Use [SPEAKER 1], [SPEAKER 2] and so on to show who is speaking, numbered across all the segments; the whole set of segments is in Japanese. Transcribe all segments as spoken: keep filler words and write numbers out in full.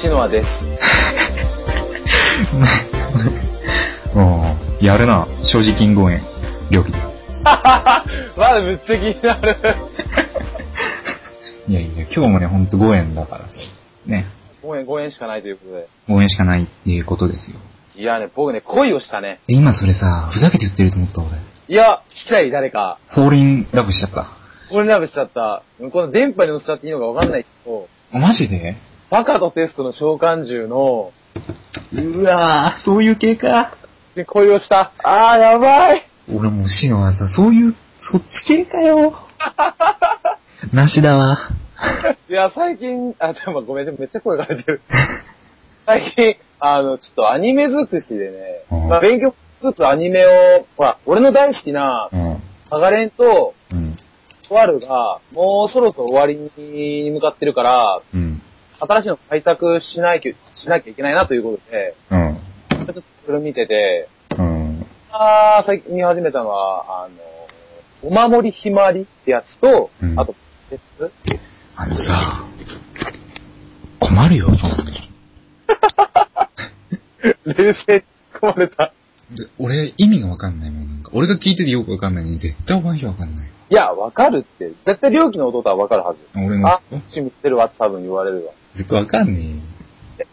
[SPEAKER 1] シノアです。
[SPEAKER 2] もう、やるな。所持金ごえん、料金です。
[SPEAKER 1] まだむっちゃ気になる。
[SPEAKER 2] いやいや、今日もね、ほんとごえんだからさ。ね。
[SPEAKER 1] ごえん、ごえんしかないということで。
[SPEAKER 2] ごえんしかないっていうことですよ。
[SPEAKER 1] いやね、僕ね、恋をしたね。
[SPEAKER 2] え、今それさ、ふざけて言ってると思った俺。
[SPEAKER 1] いや、聞きたい、誰か。
[SPEAKER 2] フォーリンラブしちゃった。
[SPEAKER 1] フォーリンラブしちゃった。この電波に乗せちゃっていいのかわかんないけど。
[SPEAKER 2] マジで？
[SPEAKER 1] バカとテストの召喚獣の、
[SPEAKER 2] うわぁ、そういう系か。
[SPEAKER 1] で、恋をした。あー、やばい。
[SPEAKER 2] 俺もうシノはさ、そういう、そっち系かよ。なしだわ。
[SPEAKER 1] いや、最近、あ、でもごめん、でもめっちゃ声が出てる。最近、あの、ちょっとアニメ尽くしでね、
[SPEAKER 2] うん、
[SPEAKER 1] まあ、勉強しつつアニメを、ほら、俺の大好きな、ハガレンと、うん、とあるが、もうそろそろ終わりに向かってるから、うん、新しいの開拓しないきゃ、しなきゃいけないなということで、うん、ちょっとそれを見てて、うん、あー、最近見始めたのは、あの、お守りひまわりってやつと、うん、あと、テス
[SPEAKER 2] あのさ、困るよ、そんなに。
[SPEAKER 1] 冷静に込まれた。
[SPEAKER 2] で、俺、意味がわかんないもん。なんか俺が聞いててよくわかんないのに、絶対お前わかんない。
[SPEAKER 1] いや、わかるって。絶対料金の弟はわかるはず。
[SPEAKER 2] 俺の。
[SPEAKER 1] あ、知ってるわって多分言われるわ。
[SPEAKER 2] 絶対わかんねえ。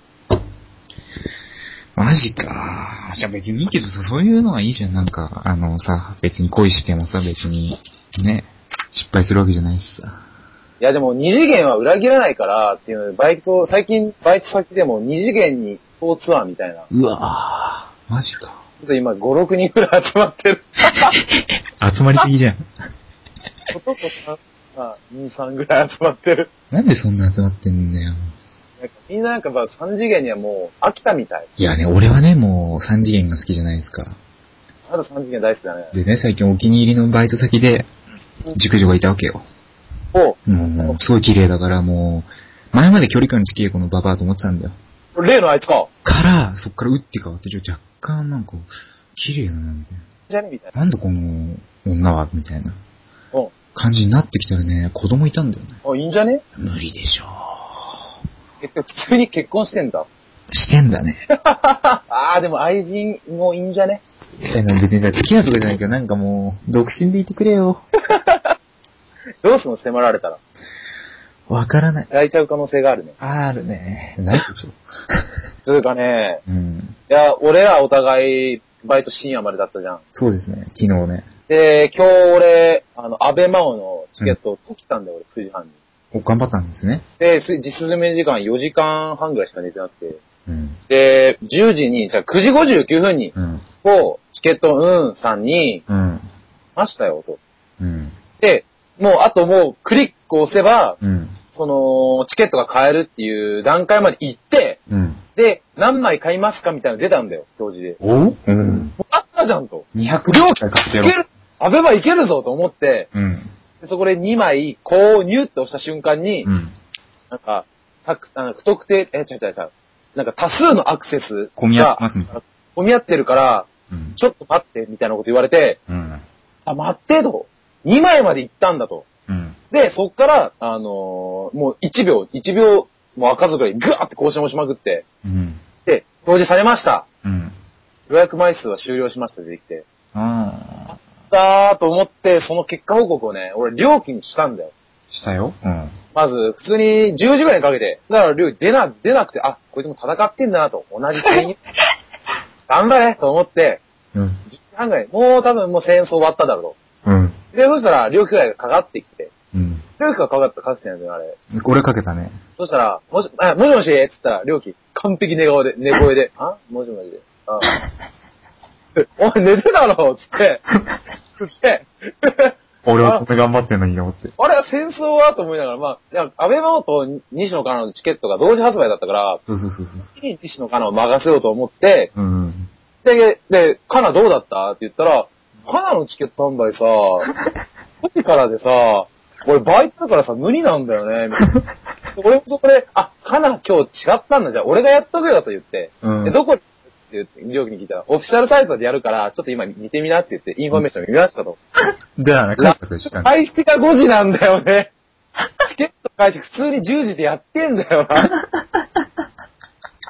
[SPEAKER 2] マジか。じゃあ別にいいけどさ、そういうのはいいじゃん。なんか、あのさ、別に恋してもさ、別に、ね、失敗するわけじゃないしさ。
[SPEAKER 1] いやでも二次元は裏切らないからっていうので、バイト、最近バイト先でも二次元に行ツアーみたいな。
[SPEAKER 2] うわぁ、マジか。
[SPEAKER 1] ちょっと今ご、ろくにんくらい集まってる。
[SPEAKER 2] 集まりすぎじゃん。
[SPEAKER 1] 男さん、に、さんぐらい集まってる。
[SPEAKER 2] なんでそんな集まってんだよ。
[SPEAKER 1] なんかみんななんかさん次元にはもう飽きたみたい。
[SPEAKER 2] いやね、俺はね、もうさん次元が好きじゃないですか。
[SPEAKER 1] まださん次元大好きだね。
[SPEAKER 2] でね、最近お気に入りのバイト先で、熟女がいたわけよ。おう。もう、すごい綺麗だから、もう、前まで距離感近いこのババアと思ってたんだよ。
[SPEAKER 1] 例のあいつか。
[SPEAKER 2] から、そっから打って変わって、若干なんか、綺麗だな、みたいな。
[SPEAKER 1] じゃねみたいな。
[SPEAKER 2] なんだこの女は、みたいな。感じになってきたらね、子供いたんだよね。
[SPEAKER 1] あ、いいんじゃね？
[SPEAKER 2] 無理でしょ
[SPEAKER 1] う。え、普通に結婚してんだ。
[SPEAKER 2] してんだね。
[SPEAKER 1] あー、でも愛人もいいんじゃね？
[SPEAKER 2] でも別にさ、付き合うとかじゃないけど、なんかもう、独身でいてくれよ。
[SPEAKER 1] どうすんの迫られたら。
[SPEAKER 2] わからない。
[SPEAKER 1] 抱いちゃう可能性があるね。
[SPEAKER 2] あるね。ないでしょ。
[SPEAKER 1] つうかね、
[SPEAKER 2] うん。
[SPEAKER 1] いや、俺らお互い、バイト深夜までだったじゃん。
[SPEAKER 2] そうですね、昨日ね。
[SPEAKER 1] で、今日俺、あの、安倍真央のチケットを取ったんだよ、うん、俺、くじはんに。
[SPEAKER 2] お、頑張ったんですね。
[SPEAKER 1] で、実質睡眠時間よじかんはんぐらいしか寝てなくて。
[SPEAKER 2] うん。
[SPEAKER 1] で、じゅうじに、じゃあくじごじゅうきゅうふんに、うん。こう、チケットうんさんに、うん。ましたよ、と。うん。で、もう、あともう、クリックを押せば、うん。その、チケットが買えるっていう段階まで行って、うん。で、何枚買いますかみたいなの出たんだよ、表示で。おうん。もうあったじゃんと。にひゃく両買ってやろう。いける、アベマいけるぞと思って、うん。でそこでにまい購入って押した瞬間に、うん。なんか、たく、あの不特定、え、違う違う違う。なんか多数のアクセスが、
[SPEAKER 2] 混み合ってますね。
[SPEAKER 1] 混み合ってるから、うん、ちょっと待って、みたいなこと言われて、うん。あ、待ってと。にまいまで行ったんだと。うん。で、そっから、あのー、もういちびょう、いちびょう、もう開かずぐらいグワーって更新をしまくって、うん。で、表示されました。うん。予約枚数は終了しました出てきて。うん。あったーと思って、その結果報告をね、俺料金にしたんだよ。
[SPEAKER 2] したよ。うん。
[SPEAKER 1] まず、普通にじゅうじぐらいにかけて、だから料金出な、出なくて、あ、こいつも戦ってんだなと、同じ戦員。頑張れと思って、うん。じゅうじはんぐらい、もう多分もう戦争終わっただろうと。うん。で、そしたら、料金がかかってきて、うん。料金がかかった、かけてないんだよ、あれ。
[SPEAKER 2] 俺かけたね。
[SPEAKER 1] そしたら、もし、あ、もしもしって言ったら、料金、完璧寝顔で、寝声で、あもしもしで。あお前寝てたろつって、つって、
[SPEAKER 2] 俺はこんな頑張ってんのに思って。
[SPEAKER 1] あれは戦争はと思いながら、まあ、いや、安倍真央と西野カナのチケットが同時発売だったから、
[SPEAKER 2] そうそうそうそう。
[SPEAKER 1] 西野カナを任せようと思って、うん、で、で、カナどうだったって言ったら、カナのチケット販売さ、こっちからでさ、俺バイトだからさ、無理なんだよね、みたいな。俺もそこで、あ、カナ今日違ったんだ、じゃあ俺がやっとくよと言って、うん、でどこって言って、料金に聞いたら、オフィシャルサイトでやるから、ちょっと今見てみなって言って、インフォメーション見ましたと。
[SPEAKER 2] じゃあね、帰ったとしたんだ。
[SPEAKER 1] 開始がごじなんだよね。チケット開始普通にじゅうじでやってんだよな。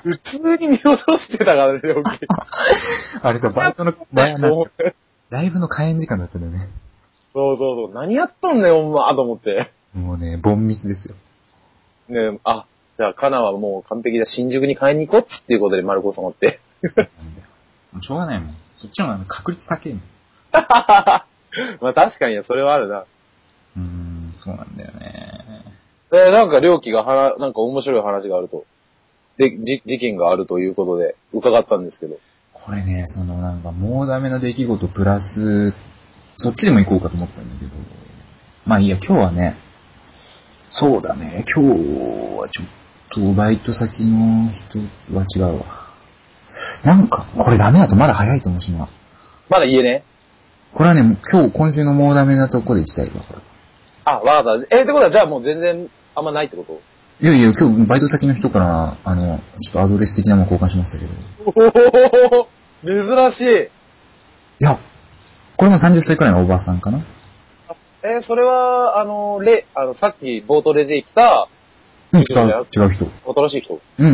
[SPEAKER 1] 普通に見落としてたからね、料金。
[SPEAKER 2] あれさ、バイトの、バイトの、ライブの開演時間だったんだよね。
[SPEAKER 1] そうそうそう。何やっとんねん、ほんま、と思って。
[SPEAKER 2] もうね、ボンミスですよ。
[SPEAKER 1] ねあ、じゃあ、カナはもう完璧だ。新宿に買いに行こうっていうことで丸子さん持って。
[SPEAKER 2] そうなんだよ。もうしょうがないもん。そっちの方が確率高いもん。
[SPEAKER 1] まあ確かにそれはあるな。
[SPEAKER 2] うーん、そうなんだよね。
[SPEAKER 1] えー、なんか、料金がはな、なんか面白い話があると。で、じ、事件があるということで、伺ったんですけど。
[SPEAKER 2] これね、そのなんか、もうダメな出来事プラス、そっちでも行こうかと思ったんだけど。まあいいや、今日はね、そうだね、今日はちょっと、バイト先の人は違うわ。なんか、これダメだとまだ早いと思うしな。
[SPEAKER 1] まだ言えね。
[SPEAKER 2] これはね、今日、今週のもうダメなとこで行きたいわ、これ。
[SPEAKER 1] あ、わかった。えー、ってことはじゃあもう全然あんまないってこと？
[SPEAKER 2] いやいや、今日バイト先の人から、あの、ちょっとアドレス的なもの交換しましたけど。
[SPEAKER 1] おお珍しい。い
[SPEAKER 2] や、これもさんじゅっさいくらいのおばさんかな。
[SPEAKER 1] えー、それは、あの、れ、あの、さっき冒頭で出てきた、
[SPEAKER 2] うん、違う、違う人。
[SPEAKER 1] 新しい人。
[SPEAKER 2] うん。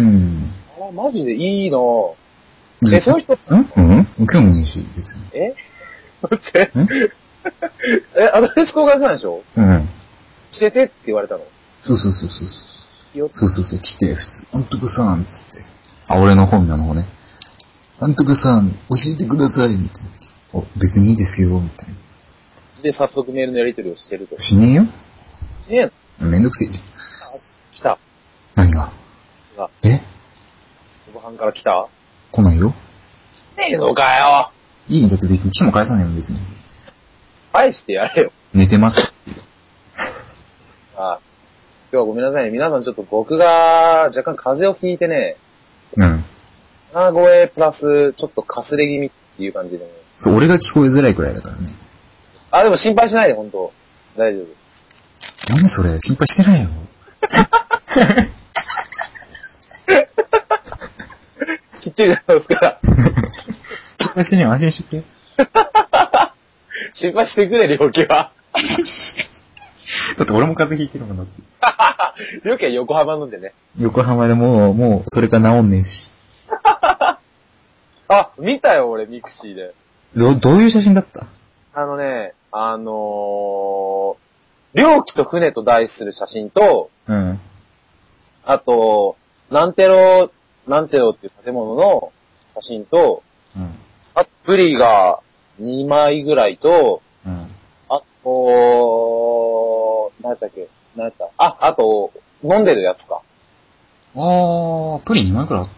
[SPEAKER 1] あ、マジでいいなぁ。え、その人、
[SPEAKER 2] んうん興味ねえし、別に。
[SPEAKER 1] え待って。え、アドレス交換したんでしょ？
[SPEAKER 2] うん。
[SPEAKER 1] 教えてって言われたの？
[SPEAKER 2] そうそうそうそう。そうそうそう、来て、普通。監督さん、つって。あ、俺の本名の方ね。監督さん、教えてください、みたいな。あ、別にいいですよ、みたいな。
[SPEAKER 1] で、早速メールのやり取りをしてると。
[SPEAKER 2] しねえよ。
[SPEAKER 1] しね
[SPEAKER 2] えのめんどくせえじゃん。
[SPEAKER 1] 来た。
[SPEAKER 2] 何がえ
[SPEAKER 1] ご飯から来た？
[SPEAKER 2] 来ないよ。
[SPEAKER 1] ねえのかよ。
[SPEAKER 2] いいんだって別に来ても返さないよ、別に。
[SPEAKER 1] 返してやれよ。
[SPEAKER 2] 寝てます。
[SPEAKER 1] ああ、今日はごめんなさいね。皆さんちょっと僕が若干風邪をひいてね。
[SPEAKER 2] うん。
[SPEAKER 1] 鼻声プラスちょっとかすれ気味っていう感じでね。
[SPEAKER 2] そう、俺が聞こえづらいくらいだからね。
[SPEAKER 1] あ、でも心配しないで、ほんと。大丈夫。
[SPEAKER 2] なんでそれ心配してないよ。
[SPEAKER 1] きっちりなのですから。
[SPEAKER 2] 心配してねえよ、安心してくれ。
[SPEAKER 1] 心配してくれ、料金は。
[SPEAKER 2] だって俺も風邪ひいてるもんだって。
[SPEAKER 1] 料金は横浜なんでね。
[SPEAKER 2] 横浜でもう、もう、それから治んねえし。
[SPEAKER 1] あ、見たよ、俺、ミクシーで。
[SPEAKER 2] ど、どういう写真だった？
[SPEAKER 1] あのね、あのー、猟奇と船と題する写真と、
[SPEAKER 2] うん。
[SPEAKER 1] あと、なんてろ、なんてろっていう建物の写真と、
[SPEAKER 2] うん。
[SPEAKER 1] あと、ブリがにまいぐらいと、
[SPEAKER 2] うん。
[SPEAKER 1] あと、何やったっけ何やったあ、あと、飲んでるやつか。
[SPEAKER 2] あー、プリンにまいくらいあった。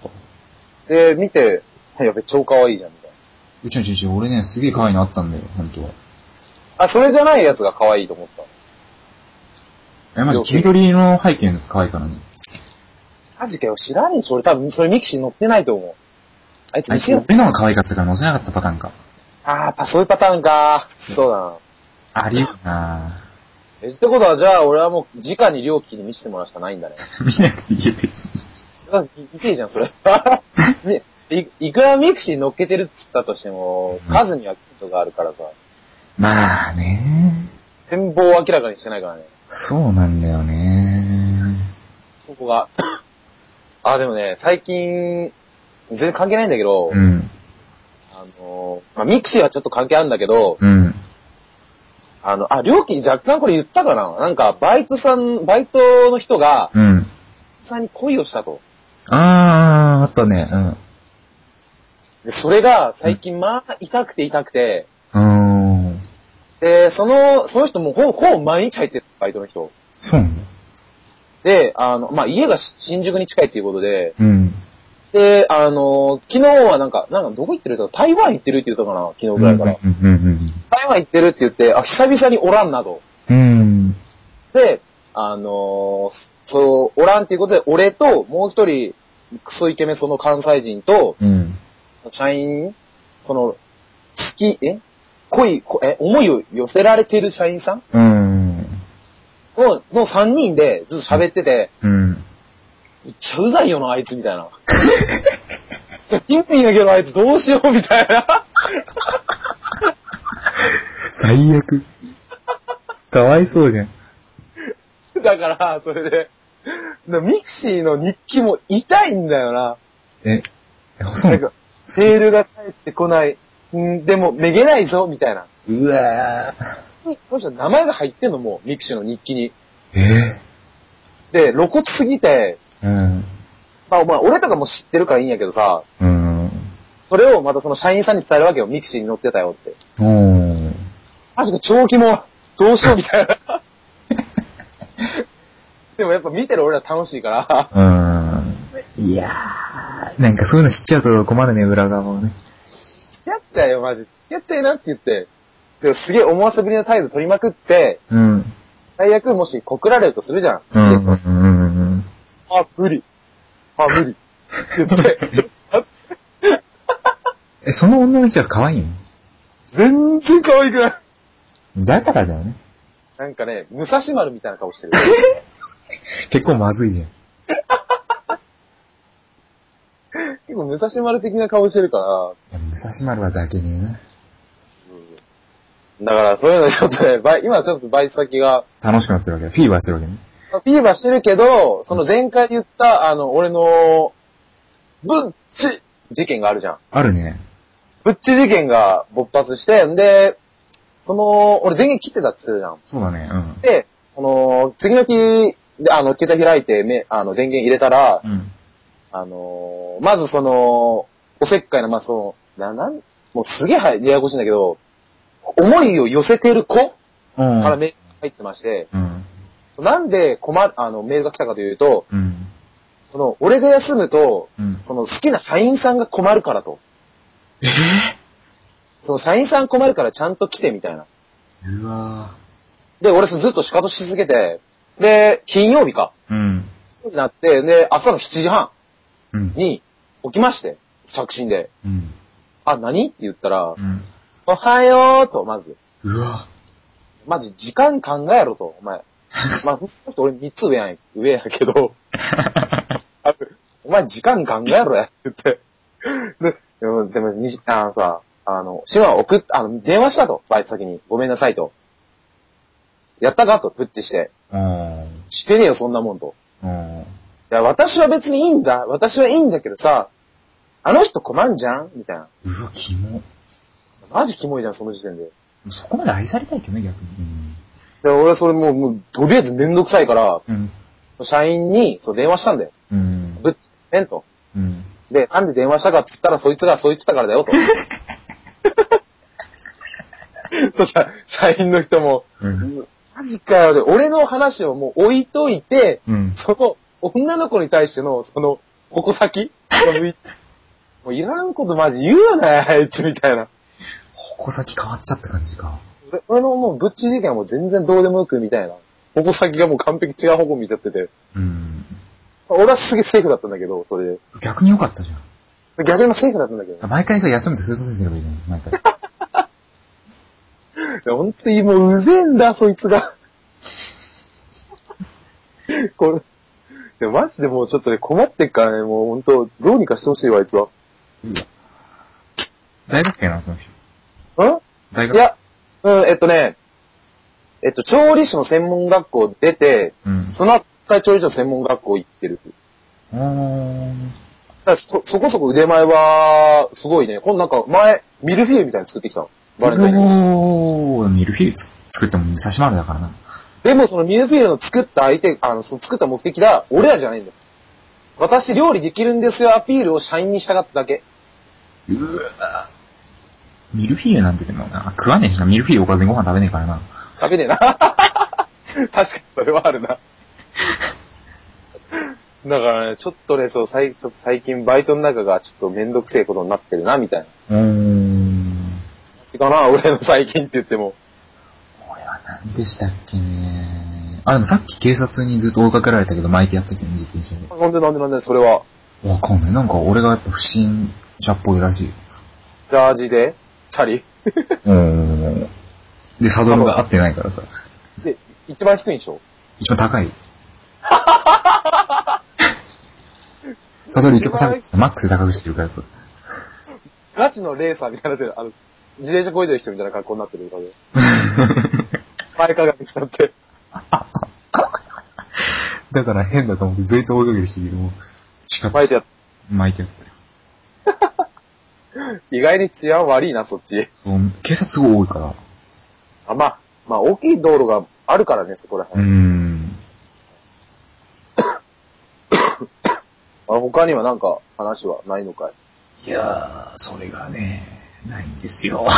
[SPEAKER 1] で、見て、いや、めっちゃ可愛いじゃん、みたいな。
[SPEAKER 2] うちの父、俺ね、すげえ可愛いのあったんだよ、本当は。
[SPEAKER 1] あ、それじゃないやつが可愛いと思った。
[SPEAKER 2] え、マジ、黄緑の背景のやつ可愛いからね。
[SPEAKER 1] マジかよ、知らねえし、俺多分、それミキシー載ってないと思う。あいつ
[SPEAKER 2] あいつ、俺のが可愛かったから載せなかったパターンか。
[SPEAKER 1] あー、そういうパターンか。そうだな。
[SPEAKER 2] あり得るな
[SPEAKER 1] え、ってことは、じゃあ、俺はもう、直に料金に見せてもらうしかないんだね。
[SPEAKER 2] 見なくていいよ、別に。
[SPEAKER 1] あ、いけえじゃん、それ。ね、い、いくらミクシーに乗っけてるっつったとしても、数にはヒントがあるからさ。
[SPEAKER 2] まあね。
[SPEAKER 1] 展望を明らかにしてないからね。
[SPEAKER 2] そうなんだよね。
[SPEAKER 1] ここが。あ、でもね、最近、全然関係ないんだけど、
[SPEAKER 2] うん。
[SPEAKER 1] あの、まあ、ミクシーはちょっと関係あるんだけど、
[SPEAKER 2] うん。
[SPEAKER 1] あの、あ、料金若干これ言ったかななんか、バイトさん、バイトの人が、
[SPEAKER 2] うん。
[SPEAKER 1] さんに恋をしたと。
[SPEAKER 2] あー、あったね。うん。
[SPEAKER 1] で、それが最近まあ痛くて痛くて、
[SPEAKER 2] うーん。
[SPEAKER 1] で、その、その人もほぼ、ほぼ毎日入ってる、バイトの人。
[SPEAKER 2] そうなんだ。
[SPEAKER 1] で、あの、まあ、家が新宿に近いっていうことで、
[SPEAKER 2] うん。
[SPEAKER 1] で、あの、昨日はなんか、なんかどこ行ってると台湾行ってるって言ったかな昨日ぐらいから。
[SPEAKER 2] うんうんうん
[SPEAKER 1] 台湾行ってるって言って、あ、久々におらんなと。
[SPEAKER 2] うん。うん。
[SPEAKER 1] で、あの、そう、おらんっていうことで、俺ともう一人、クソイケメンその関西人と、
[SPEAKER 2] うん。
[SPEAKER 1] 社員、その、好き、え恋、え、思いを寄せられてる社員さん
[SPEAKER 2] うん。
[SPEAKER 1] の、の三人でずっと喋ってて、
[SPEAKER 2] うん。
[SPEAKER 1] めっちゃうざいよな、あいつ、みたいな。ピンピンだけど、あいつどうしよう、みたいな。
[SPEAKER 2] 最悪。かわいそうじゃん。
[SPEAKER 1] だから、それで、ミクシーの日記も痛いんだよな。
[SPEAKER 2] え、そう
[SPEAKER 1] なんか、メールが返ってこない。んでも、めげないぞ、みたいな。
[SPEAKER 2] うわ
[SPEAKER 1] ぁ。この人名前が入ってんのもう、ミクシーの日記に。
[SPEAKER 2] え
[SPEAKER 1] で、露骨すぎて、
[SPEAKER 2] うん。
[SPEAKER 1] まあ、まあ、俺とかも知ってるからいいんやけどさ、
[SPEAKER 2] うん。
[SPEAKER 1] それをまたその社員さんに伝えるわけよ、ミクシーに載ってたよって。
[SPEAKER 2] おー。
[SPEAKER 1] マジか、長期も、どうしようみたいな。でもやっぱ見てる俺ら楽しいから。
[SPEAKER 2] うん。いやー、なんかそういうの知っちゃうと困るね、裏側をね。
[SPEAKER 1] やったよ、マジ。やったよなって言って。でもすげえ思わせぶりな態度取りまくって、
[SPEAKER 2] うん。
[SPEAKER 1] 最悪もし告られるとするじゃん。好き
[SPEAKER 2] うん。
[SPEAKER 1] ですよ。
[SPEAKER 2] うん。うん。
[SPEAKER 1] あ、無理。あ、無理。って言って。
[SPEAKER 2] え、その女の人は可愛いの？
[SPEAKER 1] 全然可愛くない。
[SPEAKER 2] だからだよね。
[SPEAKER 1] なんかね、武蔵丸みたいな顔してる。
[SPEAKER 2] 結構まずいじゃん。
[SPEAKER 1] 結構武蔵丸的な顔してるから。
[SPEAKER 2] いや、武蔵丸はだけねえな。
[SPEAKER 1] うん。だからそういうのちょっとね、バイ今ちょっとバイト先が。
[SPEAKER 2] 楽しくなってるわけだ。フィーバーしてるわけね。
[SPEAKER 1] フィーバーしてるけど、その前回言った、あの、俺の、ブッチ事件があるじゃん。
[SPEAKER 2] あるね。
[SPEAKER 1] ブッチ事件が勃発して、んで、その、俺電源切ってたって言ってたじゃん。
[SPEAKER 2] そうだね、うん。
[SPEAKER 1] で、この、次の日、で、あの、携帯開いて、め、あの、電源入れたら、
[SPEAKER 2] うん。
[SPEAKER 1] あのー、まずその、おせっかいな、まあ、その、な、なん、もうすげえはややこしいんだけど、思いを寄せてる子からメールが入ってまして、
[SPEAKER 2] うん。
[SPEAKER 1] なんで困る、あの、メールが来たかというと、
[SPEAKER 2] うん。
[SPEAKER 1] その、俺が休むと、
[SPEAKER 2] うん、
[SPEAKER 1] その好きな社員さんが困るからと。
[SPEAKER 2] えぇ、ー、
[SPEAKER 1] その社員さん困るからちゃんと来てみたいな。
[SPEAKER 2] うわ
[SPEAKER 1] ぁ。で、俺ずっと仕方し続けて、で、金曜日か。
[SPEAKER 2] うん。
[SPEAKER 1] になって、で、朝のしちじは
[SPEAKER 2] ん
[SPEAKER 1] に起きまして、着信で。
[SPEAKER 2] うん。
[SPEAKER 1] あ、何って言ったら、
[SPEAKER 2] うん。
[SPEAKER 1] おはようと、まず。
[SPEAKER 2] うわ
[SPEAKER 1] マジ、時間考えろと、お前。まあ、俺みっつ上やん、上やけど、お前時間考えろや、って言って。で、でも、でもにじ、あのさ、あの、シマ送っ、あの、電話したと、バイト先に。ごめんなさいと。やったかと、プッチして。
[SPEAKER 2] うん。
[SPEAKER 1] してねえよ、そんなもんと。
[SPEAKER 2] うん。
[SPEAKER 1] いや、私は別にいいんだ。私はいいんだけどさ、あの人困んじゃんみたいな。
[SPEAKER 2] うわ、キモ。
[SPEAKER 1] マジキモいじゃん、その時点で。
[SPEAKER 2] そこまで愛されたいけどね、逆に。うん。
[SPEAKER 1] で、俺はそれもう、もう、とりあえずめんどくさいから、
[SPEAKER 2] うん。
[SPEAKER 1] 社員に、そう、電話したんだよ。
[SPEAKER 2] うん。
[SPEAKER 1] ぶっつ、ペンと。
[SPEAKER 2] うん。
[SPEAKER 1] で、なんで電話したかっつったら、そいつがそう言ってたからだよ、と。そしたら、社員の人も、うん、マジかよ、で、俺の話をもう置いといて、うん、その、女の子に対しての、その、矛先もういらんことマジ言うよね、あいつ、みたいな。
[SPEAKER 2] 矛先変わっちゃった感じか。
[SPEAKER 1] 俺のもう、ぶっち事件はもう全然どうでもよく、みたいな。矛先がもう完璧違う方向見ちゃってて。うん。俺はすげえセーフだったんだけど、それで。
[SPEAKER 2] 逆に良かったじゃ
[SPEAKER 1] ん。逆にもセーフだったんだけど。
[SPEAKER 2] 毎回さ、休むと清掃先生すればいいじゃん、毎回。
[SPEAKER 1] いや、ほんとにもううぜえんだ、そいつが。これ。でもマジでもうちょっとね、困ってっからね、もうほんと、どうにかしてほしいわ、あいつは。
[SPEAKER 2] いいわ。大学生なの、その
[SPEAKER 1] 人。ん大学いや、うん、えっとね、えっと、調理師の専門学校出て、うん、その後から調理師の専門学校行ってる。うーん。だそ、そこそこ腕前は、すごいね。今度なんか前、ミルフィーユみたいに作ってきたの。バレンタインに。
[SPEAKER 2] おー、ミルフィーユ作っても武蔵丸だからな。
[SPEAKER 1] でもそのミルフィーユの作った相手、あの、その作った目的だ、俺らじゃないんだよ。私料理できるんですよアピールを社員にしたかっただけ。
[SPEAKER 2] うわミルフィーユなんてでもな、食わねえしな、ミルフィーユおかずにご飯食べねえからな。
[SPEAKER 1] 食べねえな。確かにそれはあるな。だからね、ちょっとね、そう、最、ちょっと最近バイトの中がちょっとめんどくせえことになってるな、みたいな。うーん。かな、俺の最近って言っても。
[SPEAKER 2] 俺は何でしたっけね。あ、でもさっき警察にずっと追いかけられたけど巻いてやったけど、自転車で。
[SPEAKER 1] なんでなんでなんで、それは。
[SPEAKER 2] わかんない。なんか俺がやっぱ不審者っぽいらしい。
[SPEAKER 1] ジャージでチャリ
[SPEAKER 2] うーん。で、サドルが合ってないからさ。
[SPEAKER 1] で、一番低いんでしょ？
[SPEAKER 2] 一番高い。サドル一番高い。マックスで高くしてるからさ。
[SPEAKER 1] ガチのレーサーみたいになってる。あの、自転車漕いでる人みたいな格好になってるから。前かがみになって。
[SPEAKER 2] だから変だと思ってずっと追いかける人いるもん。
[SPEAKER 1] 巻いてやった。
[SPEAKER 2] 巻いてやった。
[SPEAKER 1] 意外に治安悪いな、そっち。
[SPEAKER 2] そう、警察すごい多いから。
[SPEAKER 1] あ、まあ、まあ、大きい道路があるからね、そこら
[SPEAKER 2] うー
[SPEAKER 1] 辺。
[SPEAKER 2] ん。
[SPEAKER 1] あ、他にはなんか話はないのかい？
[SPEAKER 2] いやー、それがね、ないんですよ。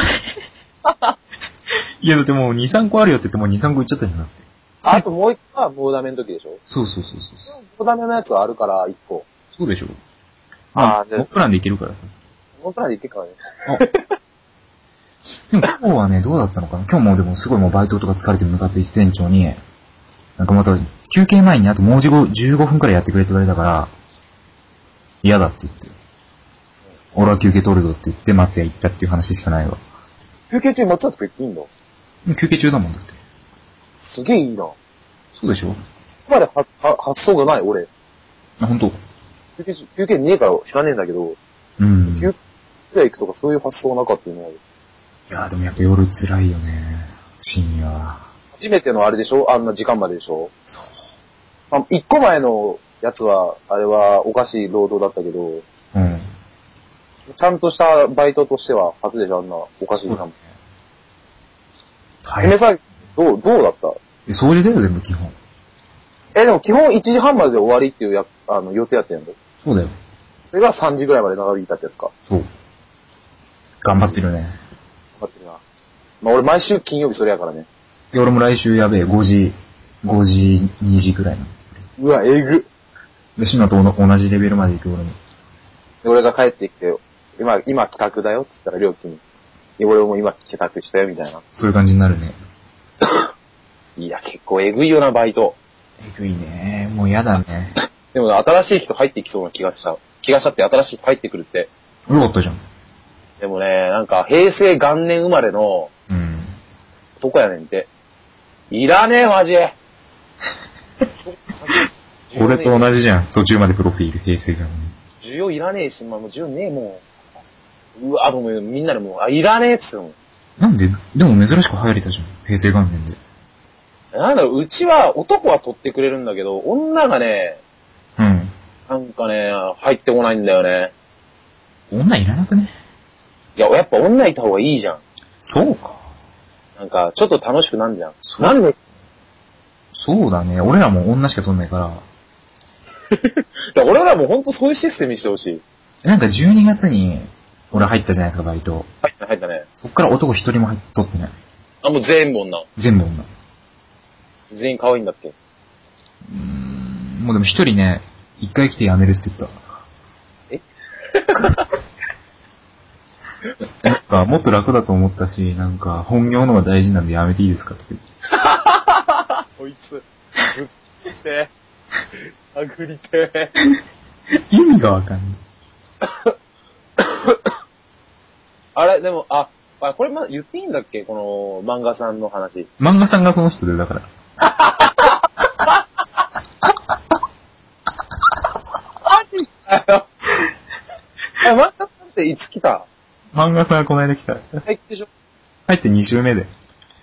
[SPEAKER 2] いや、だってもうに、さんこあるよって言ってもうに、さんこ言っちゃったじゃなくて。
[SPEAKER 1] あともう一個は棒ダメの時でしょ？
[SPEAKER 2] そうそうそうそう。
[SPEAKER 1] 棒ダメのやつはあるから一個。
[SPEAKER 2] そうでしょ。
[SPEAKER 1] ああ、で、
[SPEAKER 2] ノープランでいけるからさ。
[SPEAKER 1] ノープランでいけっからね。
[SPEAKER 2] あでも今日はね、どうだったのかな。今日もでもすごいもうバイトとか疲れてムカついて店長に、なんかまた休憩前にあともうじゅうごふんくらいやってくれって言われたから、嫌だって言って。俺は休憩取るぞって言って松屋行ったっていう話しかないわ。
[SPEAKER 1] 休憩中松屋とか行っていいんだ？
[SPEAKER 2] 休憩中だもんだって。
[SPEAKER 1] すげえいいな。
[SPEAKER 2] そうでしょ？
[SPEAKER 1] ここまではは発想がない、俺。
[SPEAKER 2] あ、ほんと？
[SPEAKER 1] 休憩、休憩ねえから知らねえんだけど、
[SPEAKER 2] うん。
[SPEAKER 1] 休憩行くとかそういう発想なかったよね。
[SPEAKER 2] いやーでもやっぱ夜辛いよね。深夜は。
[SPEAKER 1] 初めてのあれでしょ？あんな時間まででしょ？そう。あ、一個前のやつは、あれはおかしい労働だったけど、
[SPEAKER 2] うん。
[SPEAKER 1] ちゃんとしたバイトとしては初でしょ、あんなおかしい時間。ね、
[SPEAKER 2] はい。
[SPEAKER 1] めさ、どう、どうだった？
[SPEAKER 2] 掃除だよ、全部基本。
[SPEAKER 1] え、でも基本いちじはんまでで終わりっていうや、あの、予定やってんの？
[SPEAKER 2] そうだよ。
[SPEAKER 1] それがさんじぐらいまで長引いたってやつか。
[SPEAKER 2] そう。頑張ってるね。
[SPEAKER 1] 頑張ってるな。まあ俺毎週金曜日それやからね。
[SPEAKER 2] いや、俺も来週やべえ、ごじ、ごじ、にじくらいの。
[SPEAKER 1] うわ、えぐ。
[SPEAKER 2] で、シナと同じレベルまで行く俺も。
[SPEAKER 1] で、俺が帰ってきて、今、今帰宅だよって言ったら料金に、俺も今帰宅したよみたいな。
[SPEAKER 2] そういう感じになるね。
[SPEAKER 1] いや、結構えぐいよな、バイト。
[SPEAKER 2] えぐいね。もう嫌だね。
[SPEAKER 1] でも新しい人入ってきそうな気がした。気がしたって新しい人入ってくるって。
[SPEAKER 2] よかったじゃん。
[SPEAKER 1] でもね、なんか平成元年生まれの、
[SPEAKER 2] うん。
[SPEAKER 1] 男やねんて。いらねえ、マジ。
[SPEAKER 2] 俺と同じじゃん。途中までプロフィール、平成元
[SPEAKER 1] 年。需要いらねえし、まあもう需要ねえもん。うわ、でもみんなでもう、あ、いらねえっつっても。
[SPEAKER 2] なんででも珍しく流行りたじゃん。平成元年で。
[SPEAKER 1] なんだろう、うちは男は取ってくれるんだけど、女がね、
[SPEAKER 2] うん。
[SPEAKER 1] なんかね、入ってこないんだよね。
[SPEAKER 2] 女いらなくね？
[SPEAKER 1] いや、やっぱ女いた方がいいじゃん。
[SPEAKER 2] そうか。
[SPEAKER 1] なんか、ちょっと楽しくなんじゃん。なんで？
[SPEAKER 2] そうだね。俺らも女しか取んないから。
[SPEAKER 1] いや俺らもほんとそういうシステムにしてほしい。
[SPEAKER 2] なんかじゅうにがつに、俺入ったじゃないですか、バイト。
[SPEAKER 1] 入った入ったね。
[SPEAKER 2] そっから男一人も入っとってない。
[SPEAKER 1] あ、もう全部女。
[SPEAKER 2] 全部女。
[SPEAKER 1] 全員可愛いんだっけ？
[SPEAKER 2] うーん、もうでも一人ね、一回来て辞めるって言った。
[SPEAKER 1] え
[SPEAKER 2] なんか、もっと楽だと思ったし、なんか、本業のが大事なんでやめていいですかって言って。
[SPEAKER 1] こいつ、ぶっして、殴りて
[SPEAKER 2] 意味がわかんない。
[SPEAKER 1] あれ、でも、あ、あ、これまだ言っていいんだっけ？この漫画さんの話。
[SPEAKER 2] 漫画さんがその人で、だから。
[SPEAKER 1] マジかよ。え、漫画さんっていつ来た？
[SPEAKER 2] 漫画さんはこの間来た。
[SPEAKER 1] 入ってでしょ？
[SPEAKER 2] 入ってに週目で。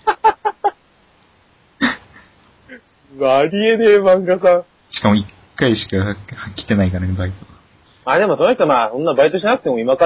[SPEAKER 1] うわ、ありえねえ漫画さん。
[SPEAKER 2] しかも一回しか来てないからね、バイト。
[SPEAKER 1] あ、でもその人まあ、そんなバイトしなくても今から、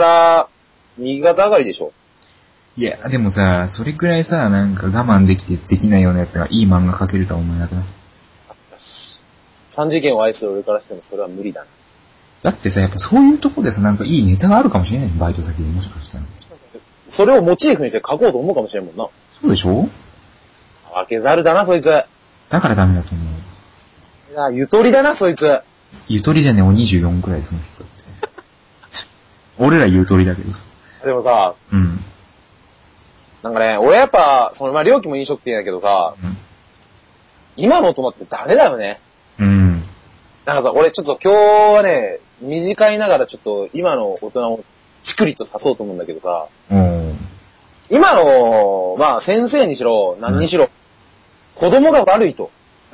[SPEAKER 1] 右肩上がりでしょ。
[SPEAKER 2] いや、でもさ、それくらいさ、なんか我慢できてできないようなやつがいい漫画描けるとは思えなくない？
[SPEAKER 1] 三次元を愛する俺からしてもそれは無理だな。
[SPEAKER 2] だってさ、やっぱそういうとこでさ、なんかいいネタがあるかもしれないバイト先でもしかしたら。
[SPEAKER 1] それをモチーフにして書こうと思うかもしれんもんな。
[SPEAKER 2] そうでしょ？
[SPEAKER 1] 分けざるだな、そいつ。だ
[SPEAKER 2] からダメだと思う。
[SPEAKER 1] いや、ゆとりだな、そいつ。
[SPEAKER 2] ゆとりじゃねえ、おにじゅうよんくらいその人って。俺らゆとりだけど。
[SPEAKER 1] でもさ、
[SPEAKER 2] うん。
[SPEAKER 1] なんかね、俺やっぱ、その、まあ、料金も飲食店だけどさ、うん、今の大人ってダメだよね。
[SPEAKER 2] うん。
[SPEAKER 1] なんかさ、俺ちょっと今日はね、短いながらちょっと今の大人をチクリと刺そうと思うんだけどさ、
[SPEAKER 2] うん、
[SPEAKER 1] 今の、まあ先生にしろ、何にしろ、うん、子供が悪いと。
[SPEAKER 2] うん。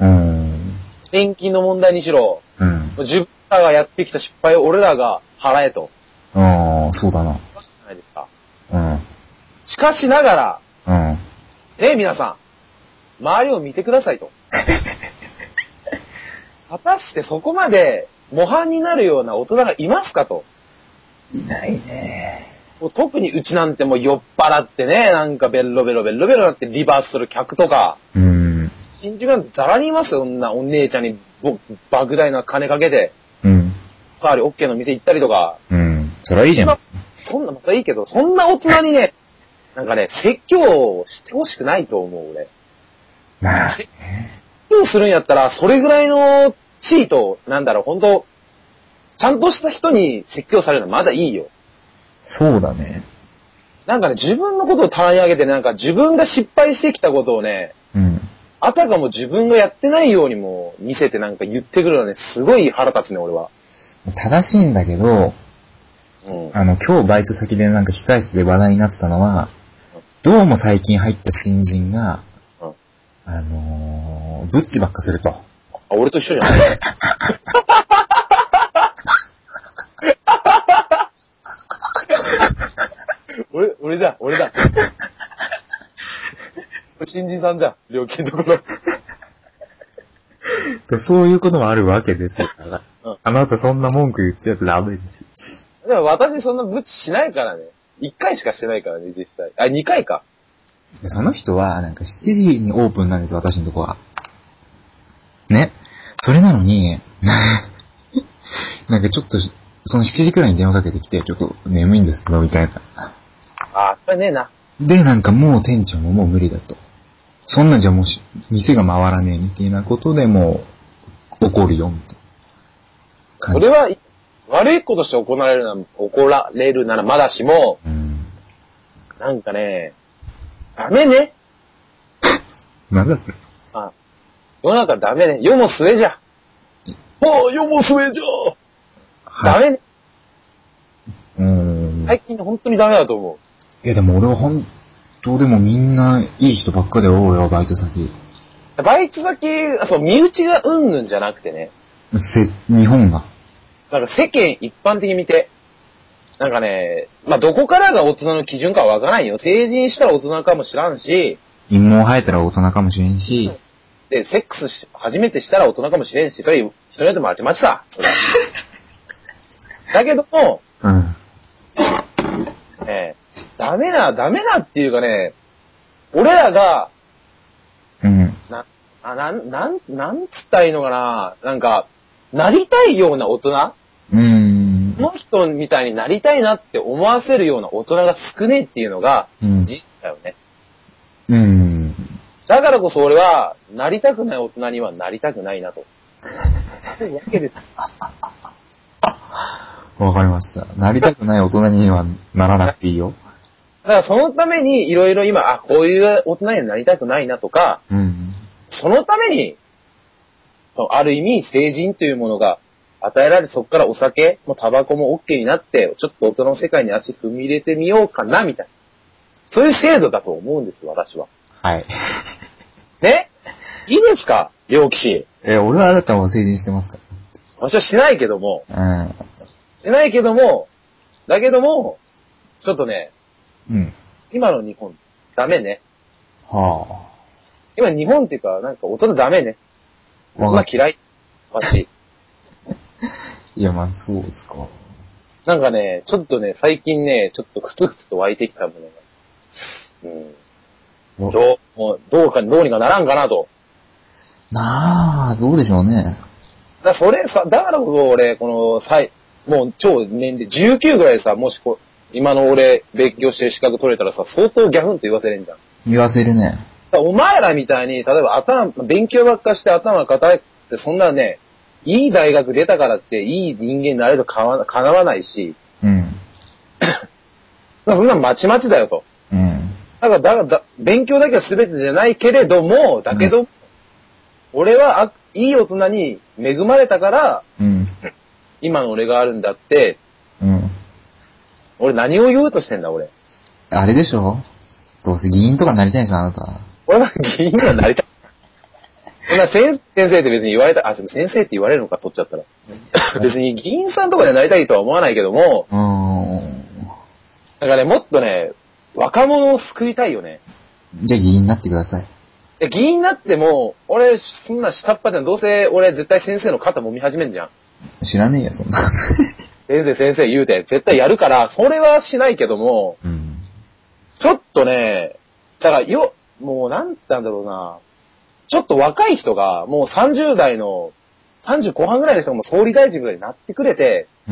[SPEAKER 1] 年金の問題にしろ、
[SPEAKER 2] うん。
[SPEAKER 1] 自分らがやってきた失敗を俺らが払えと。
[SPEAKER 2] ああ、そうだな。
[SPEAKER 1] じゃないですか。
[SPEAKER 2] うん。
[SPEAKER 1] しかしなが
[SPEAKER 2] ら、うん。
[SPEAKER 1] ねえ皆さん、周りを見てくださいと。果たしてそこまで模範になるような大人がいますかと。
[SPEAKER 2] いないね。
[SPEAKER 1] もう特にうちなんてもう酔っ払ってね、なんかベロベロベロベロなってリバースする客とか、
[SPEAKER 2] うん。
[SPEAKER 1] 新宿なんてザラにいますよ、女、お姉ちゃんに莫大な金かけて、
[SPEAKER 2] うん。
[SPEAKER 1] サーリオッケーの店行ったりとか。
[SPEAKER 2] うん。それはいいじゃん。
[SPEAKER 1] そんなまたいいけど、そんな大人にね、なんかね、説教をしてほしくないと思う、俺。
[SPEAKER 2] まあ、
[SPEAKER 1] 説教するんやったら、それぐらいの地位と、なんだろう、本当ちゃんとした人に説教されるのはまだいいよ。
[SPEAKER 2] そうだね。
[SPEAKER 1] なんかね、自分のことを棚に上げて、なんか自分が失敗してきたことをね、
[SPEAKER 2] うん。
[SPEAKER 1] あたかも自分がやってないようにも見せてなんか言ってくるのね、すごい腹立つね、俺は。
[SPEAKER 2] 正しいんだけど、
[SPEAKER 1] うん、
[SPEAKER 2] あの、今日バイト先でなんか控室で話題になってたのは、どうも最近入った新人が、うん、あのー、ブッチばっかすると。
[SPEAKER 1] あ、俺と一緒じゃない俺、俺だ、俺だ。新人さんじゃん、料金のとこ
[SPEAKER 2] ろ。そういうこともあるわけですよ。うん、あなたそんな文句言っちゃうとダメですよ。
[SPEAKER 1] でも私そんなブッチしないからね。一回しかしてないからね、実際。あ、二回か。
[SPEAKER 2] その人は、なんかしちじにオープンなんです、私のとこは。ね。それなのに、なんかちょっと、そのしちじくらいに電話かけてきて、ちょっと眠いんですけど、みたいな。
[SPEAKER 1] あ、それねえな。
[SPEAKER 2] で、なんかもう店長ももう無理だと。そんなんじゃもう店が回らねえみたいなことでもう怒るよみたいな。
[SPEAKER 1] それは悪いことして行われるなら、怒られるならまだしも、うん、なんかね、ダメね。
[SPEAKER 2] なんだそれ。
[SPEAKER 1] あ、世の中ダメね。世も末じゃ。ああ、世も末じゃ。はい、ダメね。
[SPEAKER 2] うーん。
[SPEAKER 1] 最近本当にダメだと思う。
[SPEAKER 2] いやでも俺は本当でもみんないい人ばっかだよ、俺はバイト先。
[SPEAKER 1] バイト先、そう、身内がうんぬんじゃなくてね。
[SPEAKER 2] せ、日本が。
[SPEAKER 1] なんか世間一般的に見て、なんかね、まあ、どこからが大人の基準かはわからないよ。成人したら大人かもしらんし。
[SPEAKER 2] 陰謀生えたら大人かもしれんし。
[SPEAKER 1] で、セックスし、初めてしたら大人かもしれんし、それ人によってまちまちさ。それだけども、うん。えー、ダメな、ダメなっていうかね、俺らが、うん。な、あ、なん、なん、なんつったらいいのかな、なんか、なりたいような大人うん。この人みたいになりたいなって思わせるような大人が少ねえっていうのが、事実だよね。うん。だからこそ俺は、なりたくない大人にはなりたくないなと。そういうわけです。
[SPEAKER 2] わかりました。なりたくない大人にはならなくていいよ。
[SPEAKER 1] だからそのためにいろいろ今、あ、こういう大人にはなりたくないなとか、うん、そのために、ある意味成人というものが与えられ、そこからお酒もタバコも OK になって、ちょっと大人の世界に足踏み入れてみようかな、みたいな。そういう制度だと思うんですよ、私は。
[SPEAKER 2] はい。
[SPEAKER 1] ね？いいですか？両騎士。
[SPEAKER 2] え、俺はあなたも成人してますか？
[SPEAKER 1] 私はしないけども。うん。しないけども、だけども、ちょっとね、うん。今の日本、ダメね。はあ。今日本っていうか、なんか大人ダメね。まあ嫌い。私。
[SPEAKER 2] いや、まあそうですか。
[SPEAKER 1] なんかね、ちょっとね、最近ね、ちょっとクツクツと湧いてきたものが。うん。どう、もう、どうか、どうにかならんかなと。
[SPEAKER 2] なあ、どうでしょうね。
[SPEAKER 1] だそれさ、だからこそ俺、この、さもう超年齢、じゅうきゅうぐらいでさ、もしこ今の俺、勉強してる資格取れたらさ、相当ギャフンって言わせれんじゃん。
[SPEAKER 2] 言わせるね。
[SPEAKER 1] お前らみたいに、例えば頭、勉強ばっかして頭固いって、そんなね、いい大学出たからっていい人間になれるとかわ叶わないし、うん。そんなまちまちだよと。うん。だから、だからだ、勉強だけは全てじゃないけれども、だけど、うん、俺はあ、いい大人に恵まれたから、うん、今の俺があるんだって、うん。俺何を言おうとしてんだ、俺。
[SPEAKER 2] あれでしょ？どうせ議員とかなりたいでしょ、あなた。
[SPEAKER 1] 俺は議員にはなりたい。そんな先生って別に言われた、あ、先生って言われるのか、取っちゃったら。別に議員さんとかでなりたいとは思わないけども、うーん。なんかね、もっとね、若者を救いたいよね。
[SPEAKER 2] じゃあ議員になってください。
[SPEAKER 1] え、議員になっても、俺、そんな下っ端でどうせ俺絶対先生の肩揉み始めんじゃん。
[SPEAKER 2] 知らねえよ、そんな。
[SPEAKER 1] 先生先生言うて、絶対やるから、それはしないけども、うん、ちょっとね、だからよ、もうなんて言うんだろうな、ちょっと若い人が、もうさんじゅう代の、さんじゅう後半ぐらいの人がもう総理大臣ぐらいになってくれて、うん、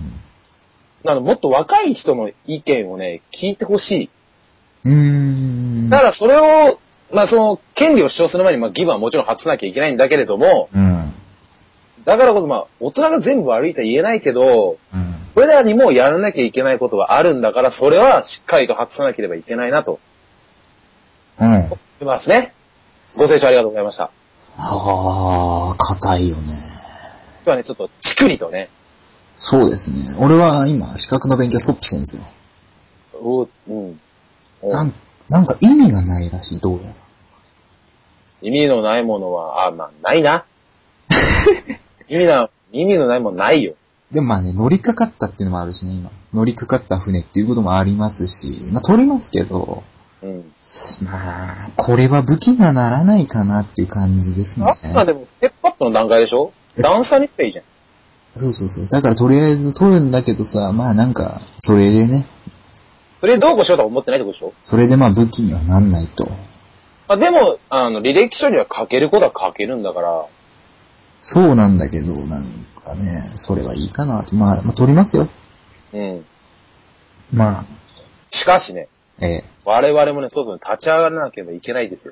[SPEAKER 1] なのもっと若い人の意見をね、聞いてほしい。うーん。だからそれを、まあその、権利を主張する前に、まあ義務はもちろん発さなきゃいけないんだけれども、うん、だからこそまあ、大人が全部悪いとは言えないけど、うん、これらにもやらなきゃいけないことはあるんだから、それはしっかりと発さなければいけないなと。うん。思いますね。ご清聴ありがとうございました。
[SPEAKER 2] ああ、硬いよね。
[SPEAKER 1] 今日はね、ちょっと、チクリとね。
[SPEAKER 2] そうですね。俺は今、資格の勉強ストップしてるんですよ。
[SPEAKER 1] おうん。
[SPEAKER 2] なん、なんか意味がないらしい、どうやら。
[SPEAKER 1] 意味のないものは、あ、まあ、ないな。意味な、意味のないものないよ。
[SPEAKER 2] でもまあね、乗りかかったっていうのもあるしね、今。乗りかかった船っていうこともありますし、まあ取りますけど、うん、まあ、これは武器にはならないかなっていう感じですね。
[SPEAKER 1] あ、まあでも、ステップアップの段階でしょ？段差に行ったらいいじゃん。
[SPEAKER 2] そうそうそう。だからとりあえず取るんだけどさ、まあなんか、それでね。
[SPEAKER 1] それでどうこうしようとは思ってないってことでしょ？
[SPEAKER 2] それでまあ武器にはなんないと。
[SPEAKER 1] まあでも、あの、履歴書には書けることは書けるんだから。
[SPEAKER 2] そうなんだけど、なんかね、それはいいかなと。まあ、まあ、取りますよ。うん。まあ。
[SPEAKER 1] しかしね。ええ。我々もね、そうそう、立ち上がらなければいけないですよ。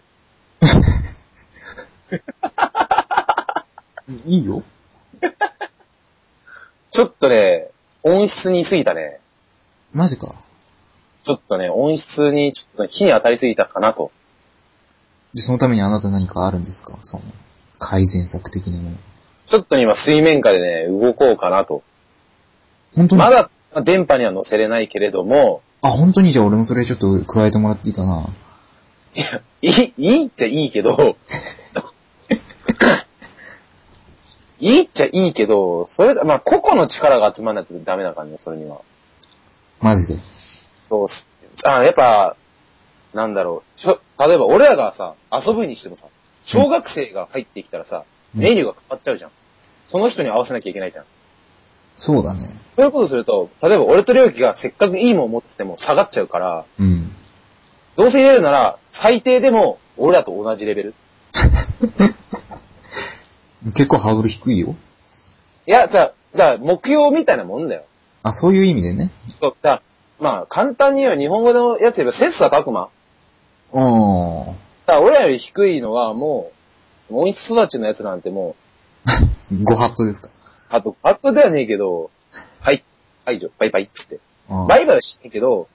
[SPEAKER 2] いいよ。
[SPEAKER 1] ちょっとね、音質に過ぎたね。
[SPEAKER 2] マジか。
[SPEAKER 1] ちょっとね、音質にちょっと火に当たりすぎたかなと。
[SPEAKER 2] で、そのためにあなた何かあるんですか？その、改善策的なもの。
[SPEAKER 1] ちょっと今水面下でね、動こうかなと。
[SPEAKER 2] 本当に？
[SPEAKER 1] まだ電波には乗せれないけれども。
[SPEAKER 2] あ、本当に？じゃあ俺もそれちょっと加えてもらっていいかな。
[SPEAKER 1] いや、いい、いいっちゃいいけど、いいっちゃいいけど、それ、まあ、個々の力が集まらないとダメだからね、それには。
[SPEAKER 2] マジで。
[SPEAKER 1] そう、あ、やっぱ、なんだろう、ちょ、例えば俺らがさ、遊ぶにしてもさ、小学生が入ってきたらさ、うん、メニューが変わっちゃうじゃん。その人に合わせなきゃいけないじゃん。
[SPEAKER 2] そうだね。
[SPEAKER 1] そういうことすると、例えば俺と領域がせっかくいいもん持ってても下がっちゃうから、うん。どうせ入れるなら、最低でも俺らと同じレベル。
[SPEAKER 2] 結構ハードル低いよ。
[SPEAKER 1] いや、じゃあ、じゃあ目標みたいなもんだよ。
[SPEAKER 2] あ、そういう意味でね。
[SPEAKER 1] そう、だまあ、簡単に言えば日本語のやつ言えば切磋琢磨。うん。だから俺らより低いのはもう、音質育ちのやつなんても
[SPEAKER 2] う。ごハットですか？
[SPEAKER 1] あと、ハットではねえけど、はい、はい、バイバイっつって。バイバイはしないけど、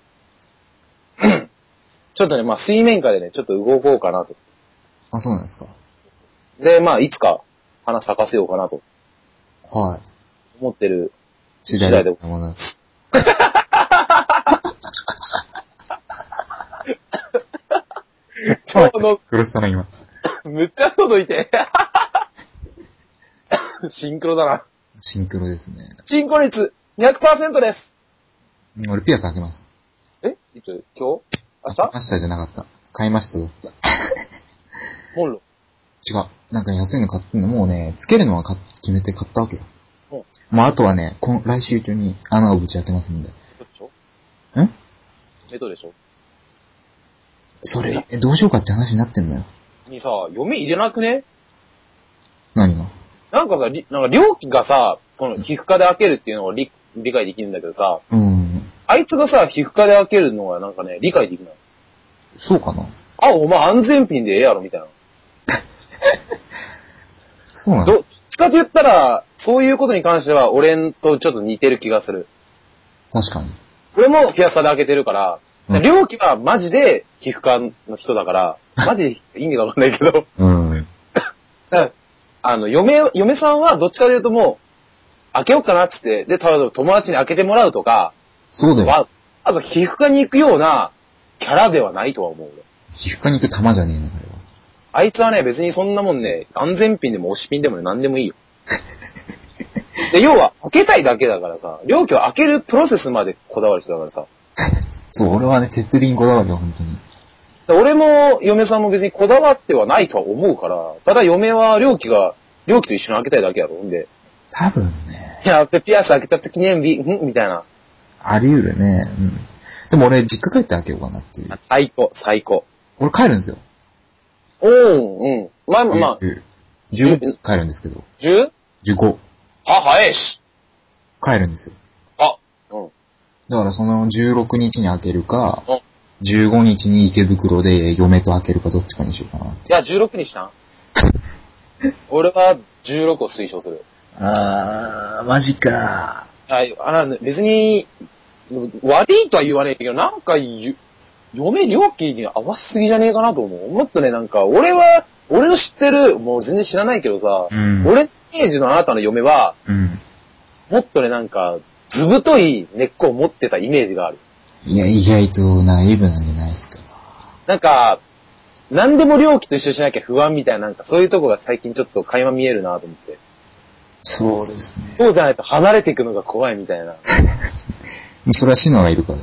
[SPEAKER 1] ちょっとね、まあ水面下でね、ちょっと動こうかなと。
[SPEAKER 2] あ、そうなんですか。
[SPEAKER 1] で、まあいつか花咲かせようかなと。
[SPEAKER 2] はい。
[SPEAKER 1] 思ってる
[SPEAKER 2] 次第でございます。ちょうど、苦したな今。
[SPEAKER 1] むっちゃ届いて。シンクロだな。
[SPEAKER 2] シンクロですね。
[SPEAKER 1] シンクロ率 にひゃくパーセント です。
[SPEAKER 2] 俺ピアス開けます。
[SPEAKER 1] えいつ今日明日
[SPEAKER 2] 明日じゃなかった。買いましただった。
[SPEAKER 1] モンロ
[SPEAKER 2] 違う。なんか安いの買ってんの。もうね、つけるのは決めて買ったわけよ。うん。まああとはね、この来週中に穴をぶち当てますんで。
[SPEAKER 1] どうでしょ
[SPEAKER 2] ん
[SPEAKER 1] え、どうでしょ
[SPEAKER 2] それ、え、どうしようかって話になってんのよ。
[SPEAKER 1] にさ、読み入れなくね？
[SPEAKER 2] 何が？
[SPEAKER 1] なんかさ、なんか料金がさ、その皮膚科で開けるっていうのを 理, 理解できるんだけどさ、うん。あいつがさ、皮膚科で開けるのはなんかね、理解できない。
[SPEAKER 2] そうかな？
[SPEAKER 1] あ、お前安全ピンでええやろ、みたいな。
[SPEAKER 2] そうなの？
[SPEAKER 1] どっちかと言ったら、そういうことに関しては、俺とちょっと似てる気がする。
[SPEAKER 2] 確かに。
[SPEAKER 1] 俺もピアスタで開けてるから、うん、料金はマジで皮膚科の人だから、マジで意味がわかんないけど。うん。あの、嫁、嫁さんはどっちかというともう、開けようかなっつって、で、例えば友達に開けてもらうとか、
[SPEAKER 2] そうだよ。
[SPEAKER 1] あと皮膚科に行くようなキャラではないとは思う。
[SPEAKER 2] 皮膚科に行く玉じゃねえの、あれは。
[SPEAKER 1] あいつはね、別にそんなもんね、安全ピンでも押しピンでもね、何でもいいよ。で、要は、開けたいだけだからさ、料金を開けるプロセスまでこだわる人だからさ。
[SPEAKER 2] そう、俺はね、徹底的にこだわるよ、本当に。
[SPEAKER 1] 俺も、嫁さんも別にこだわってはないとは思うから、ただ嫁は料金が、料金と一緒に開けたいだけやろ、んで。
[SPEAKER 2] 多分ね、
[SPEAKER 1] いや、ピアス開けちゃった記念日、んみたいな。
[SPEAKER 2] あり得るね。うん。でも俺、実家帰って開けようかなっていう。
[SPEAKER 1] 最高、最高。
[SPEAKER 2] 俺帰るんですよ。
[SPEAKER 1] うん、うん。まあまあ、まあ。
[SPEAKER 2] じゅう帰るんですけど。
[SPEAKER 1] じゅう?
[SPEAKER 2] じゅうご。
[SPEAKER 1] は、早いし。
[SPEAKER 2] 帰るんですよ。
[SPEAKER 1] あ、うん。
[SPEAKER 2] だからそのじゅうろくにちに開けるか、
[SPEAKER 1] うん、
[SPEAKER 2] じゅうごにちに池袋で嫁と開けるかどっちかにしようかな。い
[SPEAKER 1] や、じゅうろくにしたん俺はじゅうろくを推奨する。
[SPEAKER 2] あー、マジか。
[SPEAKER 1] あ、あの、別に、悪いとは言わねえけど、なんか、嫁料金に合わせすぎじゃねえかなと思う。もっとね、なんか、俺は、俺の知ってる、もう全然知らないけどさ、うん、俺のイメージのあなたの嫁は、うん、もっとね、なんか、ずぶとい根っこを持ってたイメージがある。
[SPEAKER 2] いや、意外とナイーブなんじゃないですか。
[SPEAKER 1] なんか、何でも料金と一緒しなきゃ不安みたいな、なんかそういうとこが最近ちょっと垣間見えるなと思って。
[SPEAKER 2] そうですね。
[SPEAKER 1] そうじゃないと離れていくのが怖いみたいな。
[SPEAKER 2] それはシノがいるからね。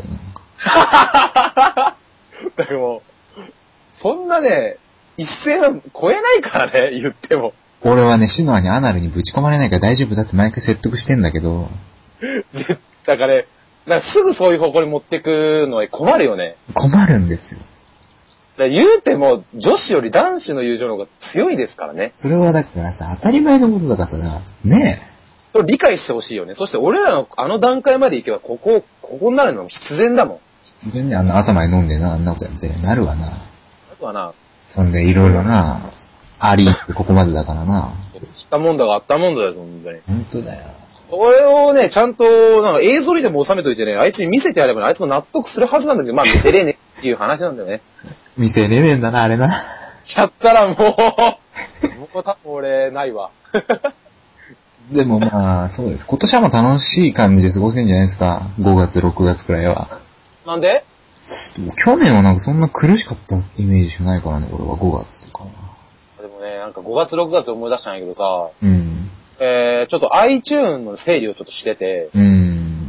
[SPEAKER 1] だからもう、そんなね、一線は超えないからね、言っても。
[SPEAKER 2] 俺はね、シノアにアナルにぶち込まれないから大丈夫だって毎回説得してんだけど。
[SPEAKER 1] だからね、なんかすぐそういう方向に持ってくのは困るよね。
[SPEAKER 2] 困るんですよ。
[SPEAKER 1] だ言うても、女子より男子の友情の方が強いですからね。
[SPEAKER 2] それはだからさ、当たり前のことだからさ、ねえ。
[SPEAKER 1] それ理解してほしいよね。そして俺らのあの段階まで行けば、ここ、ここになるのも必然だもん。
[SPEAKER 2] 必然にあの朝まで飲んでな、あんなことやってなるわな。なる
[SPEAKER 1] わな。
[SPEAKER 2] そんでいろいろな、ありってここまでだからな。
[SPEAKER 1] 知ったもんだがあったもんだよ、本当に。
[SPEAKER 2] 本当だよ。
[SPEAKER 1] これをね、ちゃんと、なんか映像にでも収めといてね、あいつに見せてやればね、あいつも納得するはずなんだけど、まあ見せれねえっていう話なんだよね。
[SPEAKER 2] 見せれねえんだな、あれな。
[SPEAKER 1] しちゃったらもう、もう多分俺、ないわ。
[SPEAKER 2] でもまあ、そうです。今年はもう楽しい感じで過ごせんじゃないですか。ごがつ、ろくがつくらいは。
[SPEAKER 1] なんで？
[SPEAKER 2] 去年はなんかそんな苦しかったイメージしかないからね、俺はごがつとか。
[SPEAKER 1] でもね、なんかごがつ、ろくがつ思い出したんやけどさ、
[SPEAKER 2] うん。
[SPEAKER 1] えー、ちょっと iTunes の整理をちょっとしてて、
[SPEAKER 2] うん。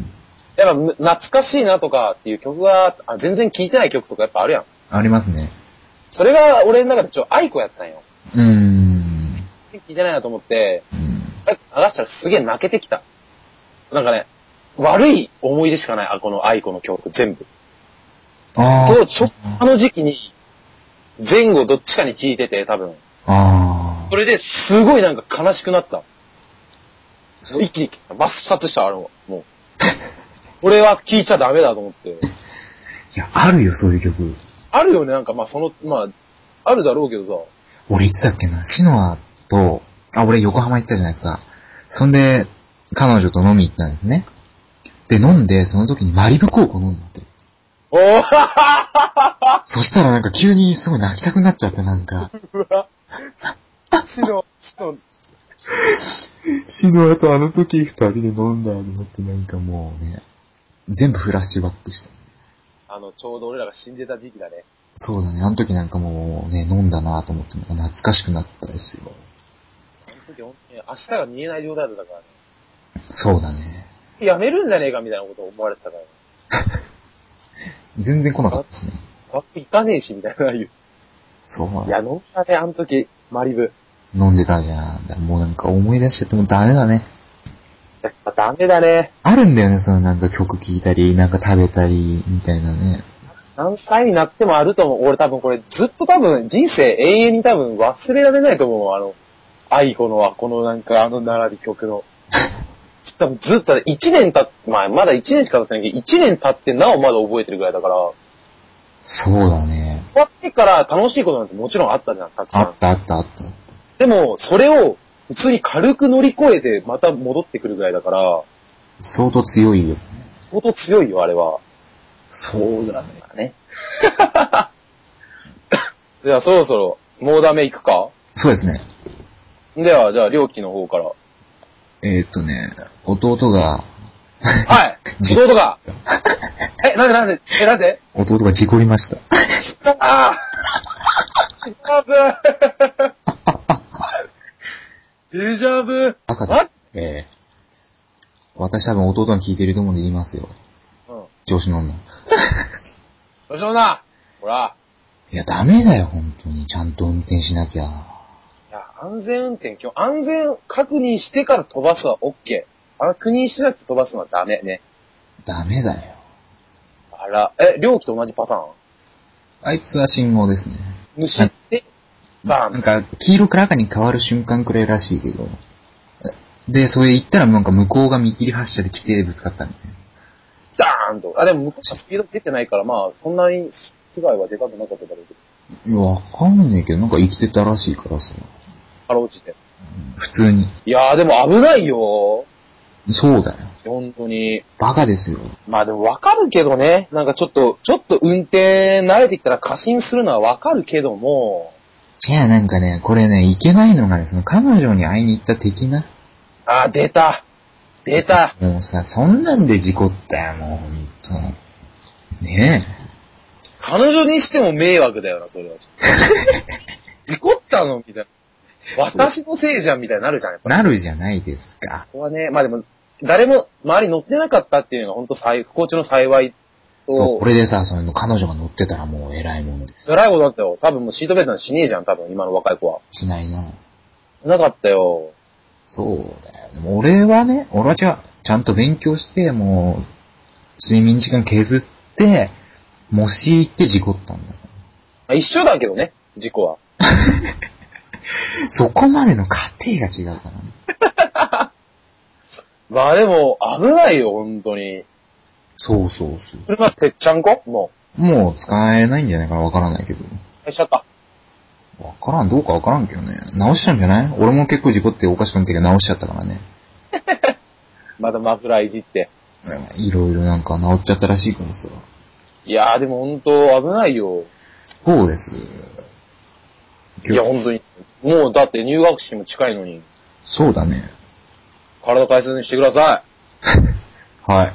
[SPEAKER 1] やっぱ懐かしいなとかっていう曲が、あ全然聴いてない曲とかやっぱあるやん。
[SPEAKER 2] ありますね。
[SPEAKER 1] それが俺の中でちょっと愛子やったんよ。
[SPEAKER 2] うーん。
[SPEAKER 1] 聴いてないなと思って、
[SPEAKER 2] うん、
[SPEAKER 1] 流したらすげえ泣けてきた。なんかね、悪い思い出しかない、あ、この愛子の曲全部。
[SPEAKER 2] あ
[SPEAKER 1] と、ちょ、あの時期に、前後どっちかに聴いてて、多分。
[SPEAKER 2] ああ。
[SPEAKER 1] それですごいなんか悲しくなった。一気に抹殺した、あれも。もう。俺は聴いちゃダメだと思って。い
[SPEAKER 2] や、あるよ、そういう曲。
[SPEAKER 1] あるよね、なんかまあその、まあ、あるだろうけどさ。
[SPEAKER 2] 俺いつだっけな、シノアと、あ、俺横浜行ったじゃないですか。そんで、彼女と飲み行ったんですね。で、飲んで、その時にマリブコーコ飲んだって。
[SPEAKER 1] おー
[SPEAKER 2] そしたらなんか急にすごい泣きたくなっちゃって、なんか。
[SPEAKER 1] うわ。シノ、シノ。
[SPEAKER 2] シノアとあの時二人で飲んだと思ってなんかもうね、全部フラッシュバックした。
[SPEAKER 1] あの、ちょうど俺らが死んでた時期だね。
[SPEAKER 2] そうだね、あの時なんかもうね、飲んだなと思って懐かしくなったですよ。
[SPEAKER 1] あの時本当に明日が見えない状態だったからね。
[SPEAKER 2] そうだね。
[SPEAKER 1] やめるんじゃねえかみたいなことを思われてたから、ね。
[SPEAKER 2] 全然来なかったですね。
[SPEAKER 1] あ、行かねえし、みたいな言う。
[SPEAKER 2] そう。
[SPEAKER 1] いや、飲んだね、あの時、マリブ。
[SPEAKER 2] 飲んでたじゃん。もうなんか思い出しちゃってもダメだね。
[SPEAKER 1] やっぱダメだね。
[SPEAKER 2] あるんだよね、そのなんか曲聴いたり、なんか食べたり、みたいなね。
[SPEAKER 1] 何歳になってもあると思う。俺多分これずっと多分人生永遠に多分忘れられないと思う。あの、愛子のは、このなんかあの並び曲の。多分ずっと一年経って、まあまだ一年しか経ってないけど、一年経ってなおまだ覚えてるぐらいだから。
[SPEAKER 2] そうだね。
[SPEAKER 1] 終わってから楽しいことなんてもちろんあったじゃん、たくさん。
[SPEAKER 2] あったあったあった。
[SPEAKER 1] でも、それを普通に軽く乗り越えてまた戻ってくるぐらいだから。
[SPEAKER 2] 相当強いよ。
[SPEAKER 1] 相当強いよ、あれは。
[SPEAKER 2] そうだね。
[SPEAKER 1] ね。じゃあそろそろ、もうダメ行くか？
[SPEAKER 2] そうですね。
[SPEAKER 1] では、じゃあ、両機の方から。
[SPEAKER 2] えー、っとね、弟が、
[SPEAKER 1] はい弟がえ、なんでなんでえ、なんで
[SPEAKER 2] 弟が事故りました。
[SPEAKER 1] ああデジャブデジャブ
[SPEAKER 2] バカです。ええー。私多分弟が聞いてると思うんで言いますよ。うん。調子乗んな。
[SPEAKER 1] 調子乗んなほら。
[SPEAKER 2] いや、ダメだよ、本当に。ちゃんと運転しなきゃ。
[SPEAKER 1] いや、安全運転、今日安全確認してから飛ばすは OK。 確認しなくて飛ばすのはダメね。
[SPEAKER 2] ダメだよ。
[SPEAKER 1] あら、え、猟奇と同じパターン？
[SPEAKER 2] あいつは信号ですね。
[SPEAKER 1] 虫って、バーン。
[SPEAKER 2] なんか、黄色から赤に変わる瞬間くらいらしいけど。で、それ言ったらなんか向こうが見切り発車で来てぶつかったみたいな。
[SPEAKER 1] ダーンと。あ、でも向こうがスピード出てないから、まあ、そんなに被害はでかくなかっただろうけど。
[SPEAKER 2] いや、わかんねえけど、なんか生きてたらしいからさ。
[SPEAKER 1] 腹落ちて。
[SPEAKER 2] 普通に。
[SPEAKER 1] いやーでも危ないよ。
[SPEAKER 2] そうだよ。
[SPEAKER 1] 本当に。
[SPEAKER 2] バカですよ。
[SPEAKER 1] まあでもわかるけどね。なんかちょっと、ちょっと運転慣れてきたら過信するのはわかるけども。
[SPEAKER 2] じゃあなんかね、これね、いけないのがね、その彼女に会いに行った的な。
[SPEAKER 1] あー、出た。出た。
[SPEAKER 2] もうさ、そんなんで事故ったよ、もう、ほんと。ねえ。
[SPEAKER 1] 彼女にしても迷惑だよな、それは。事故ったのみたいな。私のせいじゃんみたいになるじゃん、やっぱり。
[SPEAKER 2] なるじゃないですか。
[SPEAKER 1] ここはね、まあでも、誰も周り乗ってなかったっていうのが本当幸い、不幸中の幸いと。
[SPEAKER 2] そう、これでさ、その彼女が乗ってたらもう偉いもんです。
[SPEAKER 1] 偉いことだったよ。多分もうシートベルトなんてしねえじゃん、多分今の若い子は。
[SPEAKER 2] しないな。
[SPEAKER 1] なかったよ。
[SPEAKER 2] そうだよ。でも俺はね、俺は違う。ちゃんと勉強して、もう、睡眠時間削って、模試行って事故ったんだよ。
[SPEAKER 1] 一緒だけどね、事故は。
[SPEAKER 2] そこまでの過程が違うからね。
[SPEAKER 1] まあでも、危ないよ、本当に。
[SPEAKER 2] そうそうそう。
[SPEAKER 1] 車てっちゃんこも
[SPEAKER 2] う。もう使えないんじゃないかな、わからないけど。
[SPEAKER 1] しちゃった。
[SPEAKER 2] わからん、どうかわからんけどね。直したんじゃない？俺も結構事故っておかしくなってけど直しちゃったからね。
[SPEAKER 1] まだマフラーいじって。
[SPEAKER 2] いろいろなんか治っちゃったらしいからさ。
[SPEAKER 1] いやーでも本当危ないよ。
[SPEAKER 2] そうです。
[SPEAKER 1] いや本当に。もうだって入学式も近いのに。
[SPEAKER 2] そうだね。
[SPEAKER 1] 体大切にしてくださ
[SPEAKER 2] い。はい。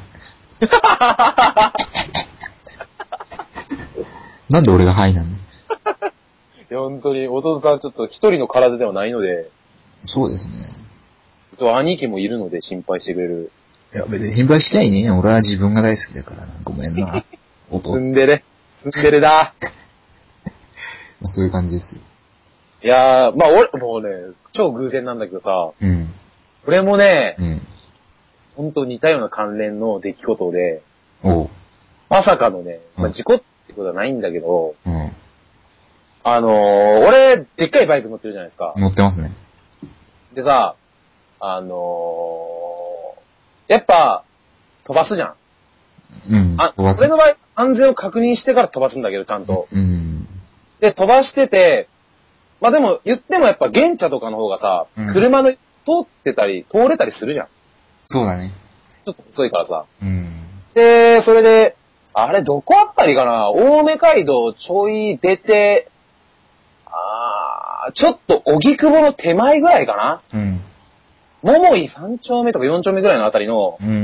[SPEAKER 2] なんで俺がはいなの？い
[SPEAKER 1] や本当に、弟さんちょっと一人の体ではないので。
[SPEAKER 2] そうですね。
[SPEAKER 1] と兄貴もいるので心配してくれる。
[SPEAKER 2] いや別に心配しちゃいね。俺は自分が大好きだからな。ごめんな。
[SPEAKER 1] ツンデレ。ツンデレだ。
[SPEAKER 2] そういう感じですよ。
[SPEAKER 1] いやー、まあ俺、もうね、超偶然なんだけどさ。
[SPEAKER 2] うん。
[SPEAKER 1] 俺もね、
[SPEAKER 2] うん。
[SPEAKER 1] ほんと似たような関連の出来事で、
[SPEAKER 2] おう。
[SPEAKER 1] まさかのね、まあ、
[SPEAKER 2] うん
[SPEAKER 1] 事故ってことはないんだけど、
[SPEAKER 2] うん。
[SPEAKER 1] あのー、俺、でっかいバイク乗ってるじゃないですか。
[SPEAKER 2] 乗ってますね。
[SPEAKER 1] でさ、あのー、やっぱ、飛ばすじゃん。
[SPEAKER 2] うん。
[SPEAKER 1] あ、
[SPEAKER 2] 飛ばす。
[SPEAKER 1] 俺の場合、安全を確認してから飛ばすんだけど、ちゃんと。
[SPEAKER 2] うん。
[SPEAKER 1] で、飛ばしてて、まあでも、言ってもやっぱ原茶とかの方がさ、
[SPEAKER 2] うん、
[SPEAKER 1] 車の通ってたり、通れたりするじゃん。
[SPEAKER 2] そうだね。
[SPEAKER 1] ちょっと細いからさ。
[SPEAKER 2] うん。
[SPEAKER 1] で、それで、あれ、どこあったりかな？青梅街道ちょい出て、あー、ちょっと荻窪の手前ぐらいかな？
[SPEAKER 2] うん。
[SPEAKER 1] 桃井さん丁目とかよん丁目ぐらいのあたりの、
[SPEAKER 2] うん。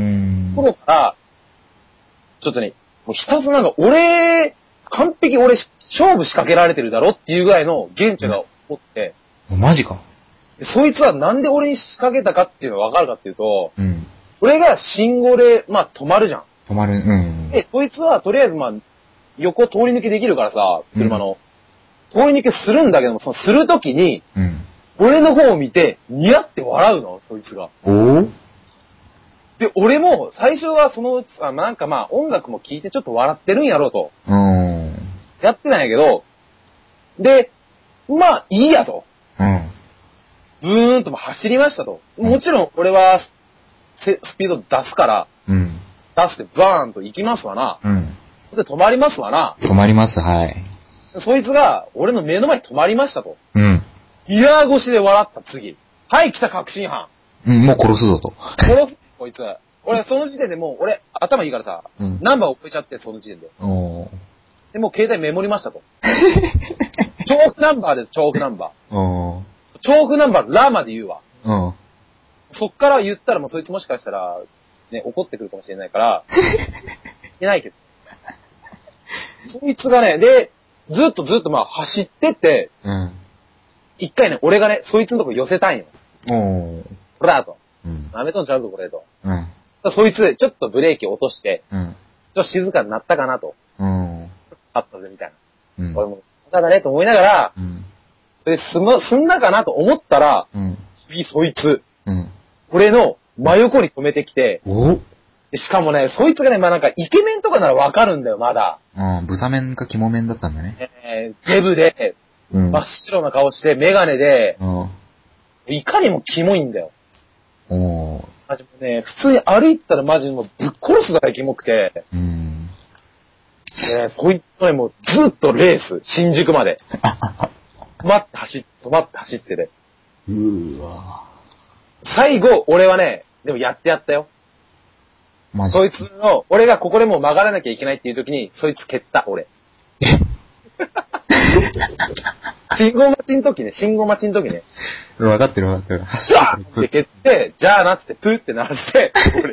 [SPEAKER 1] 頃から、ちょっとね、もうひたすらなんか、俺、完璧俺、勝負仕掛けられてるだろっていうぐらいの原茶がおって、
[SPEAKER 2] うん、マジか。
[SPEAKER 1] そいつはなんで俺に仕掛けたかっていうのがわかるかっていうと、
[SPEAKER 2] うん。
[SPEAKER 1] 俺が信号で、まあ止まるじゃん。
[SPEAKER 2] 止まる、うん。
[SPEAKER 1] で、そいつはとりあえずまあ、横通り抜けできるからさ、車の。うん、通り抜けするんだけども、そのするときに、うん、俺の方を見て、ニヤって笑うの、そいつが。
[SPEAKER 2] おー？
[SPEAKER 1] で、俺も、最初はその、あなんかまあ、音楽も聴いてちょっと笑ってるんやろうと。
[SPEAKER 2] うん。
[SPEAKER 1] やってないけど、で、まあ、いいやと。
[SPEAKER 2] うん。
[SPEAKER 1] ブーンとも走りましたと。もちろん、俺は、スピード出すから、うん。出してバーンと行きますわな。うん。で、止まりますわな。
[SPEAKER 2] 止まります、はい。
[SPEAKER 1] そいつが、俺の目の前に止まりましたと。
[SPEAKER 2] うん。
[SPEAKER 1] イヤー越しで笑った次。はい、来た確信犯。
[SPEAKER 2] うん、もう殺すぞと。
[SPEAKER 1] 殺す、こいつ。俺、その時点でもう、俺、頭いいからさ、うん、ナンバーを覚えちゃって、その時点で。おー。で、もう携帯メモりましたと。チョークナンバーです、チョークナンバー。おー。チョークナンバー、ラまで言うわ。うん。そっから言ったらもうそいつもしかしたら、ね、怒ってくるかもしれないから、言えないけど。そいつがね、で、ずっとずっとまあ走ってて、うん。一回ね、俺がね、そいつのとこ寄せたいの。おー。ほらと。うん。舐めとんちゃうぞ、これと。うん。そいつ、ちょっとブレーキ落として、うん。ちょっと静かになったかなと。うん。あったぜ、みたいな。うん。俺も、ただね、と思いながら、うん。で、すん、すんだかなと思ったら、うん。次、そいつ。うん。俺の真横に止めてきて、
[SPEAKER 2] お
[SPEAKER 1] しかもね、そいつがね、まあなんかイケメンとかならわかるんだよ、まだ。
[SPEAKER 2] うん、ブサメンかキモメンだったんだね。
[SPEAKER 1] えー、デブで、うん、真っ白な顔して、メガネで、うん、いかにもキモいんだよ。おマジもね、普通に歩いたらマジもうぶっ殺すぐらいキモくて、うん、で、そいつね、もうずっとレース、新宿まで。止まって走って、止まって走ってね。うーわ最後、俺はね、でもやってやったよ。マジそいつの、俺がここでもう曲がらなきゃいけないっていう時に、そいつ蹴った、俺。信号待ちの時ね、信号待ちの時ね。
[SPEAKER 2] 分かってる分かってる。
[SPEAKER 1] 走って蹴って、じゃあなってプーって鳴らして、俺。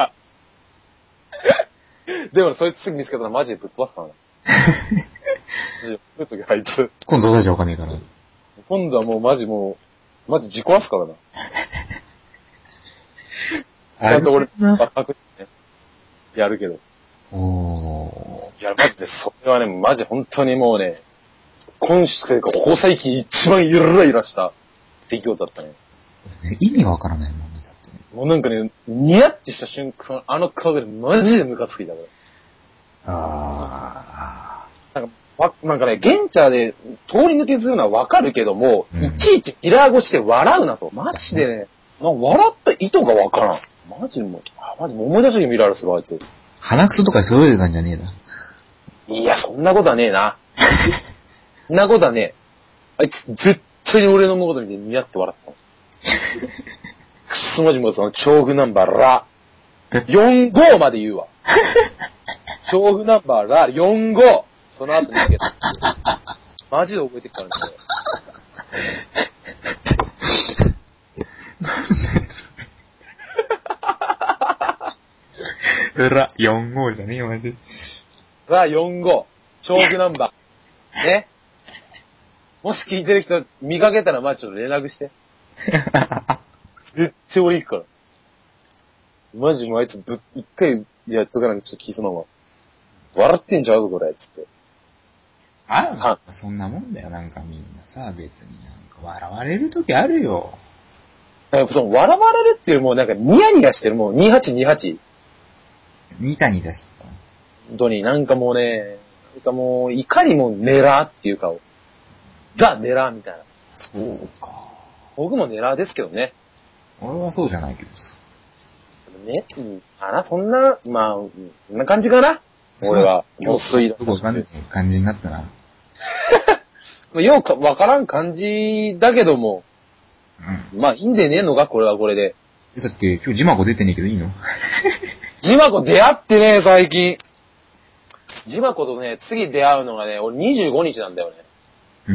[SPEAKER 1] でもそいつすぐ見つけたらマジでぶっ飛ばすからな。マジで、プーときあいつ。
[SPEAKER 2] 今度大丈夫わかんねえから。
[SPEAKER 1] 今度はもうマジもう、マジ事故らすからな。ちゃんと俺、バカくしてね、やるけど。おー。いや、マジで、それはね、マジ本当にもうね、今週、ここ最近一番イライラした出来事だったね。
[SPEAKER 2] 意味がわからないもんね、だってね。
[SPEAKER 1] もうなんかね、ニヤってした瞬間、そのあの顔でマジでムカつきだから。あー。なんか、わなんかね、ゲンチャーで通り抜けするのはわかるけども、うん、いちいちミラー越しで笑うなと。マジでね、なんか笑った意図がわからん。マジでもう、あ、マジで思い出した時ミラーするあいつ。
[SPEAKER 2] 鼻くそとか揃えてたんじゃねえな。
[SPEAKER 1] いや、そんなことはねえな。そんなことはねえ。あいつ、絶対に俺のこと見てニヤって笑ってたの。くっそマジもうその調布ナンバーラ。よんごまで言うわ。調布ナンバーラよんご。その後に言うけど。マジで覚えてっからね。
[SPEAKER 2] なんだよ、それ。ラ、よんごじゃねえよ、マジ。
[SPEAKER 1] ラよんご。調布ナンバー。ね。もし聞いてる人見かけたらマジちょっと連絡して。絶対俺行くから。マジもうあいつぶ、一回やっとかなきゃちょっと気すまんわ。笑ってんちゃうぞ、これ、つって。
[SPEAKER 2] ああ、そんなもんだよ、なんかみんなさ、別になんか笑われるときあるよ。
[SPEAKER 1] なんかその笑われるっていうよりもなんかニヤニヤしてる、もうにはちにはち。
[SPEAKER 2] ニタニタしてた。
[SPEAKER 1] 本当になんかもうね、なんかもう、いかにもネラーっていうか、ザ・ネラーみたいな。
[SPEAKER 2] そうか。
[SPEAKER 1] 僕もネラーですけどね。
[SPEAKER 2] 俺はそうじゃないけどさ。
[SPEAKER 1] ね、うん、あな、そんな、まあ、こんな感じかな。俺は、もう水だ。
[SPEAKER 2] よくわかんない感じになったな。
[SPEAKER 1] よくわからん感じだけども、うん、まあ、いいんでねえのか、これはこれで。
[SPEAKER 2] だって、今日ジマコ出てねえけどいいの？
[SPEAKER 1] ジマコ出会ってねえ、最近。ジマコとね、次出会うのがね、俺にじゅうごにちなんだよね。うん。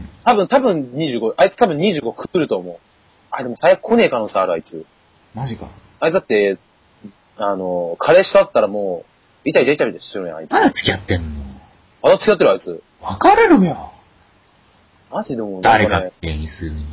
[SPEAKER 1] 多分、多分にじゅうご、あいつ多分にじゅうご来ると思う。あ、でも最悪来ねえ可能性ある、あいつ。
[SPEAKER 2] マジか。
[SPEAKER 1] あいつだって、あの、彼氏と会ったらもう、イチャイチャイチャイチャしてるね、あいつ。
[SPEAKER 2] まだ付き合ってんの？
[SPEAKER 1] まだ付き合ってる、あいつ。
[SPEAKER 2] 別れるよ。
[SPEAKER 1] マジでもう、ね、
[SPEAKER 2] 誰かって因数に。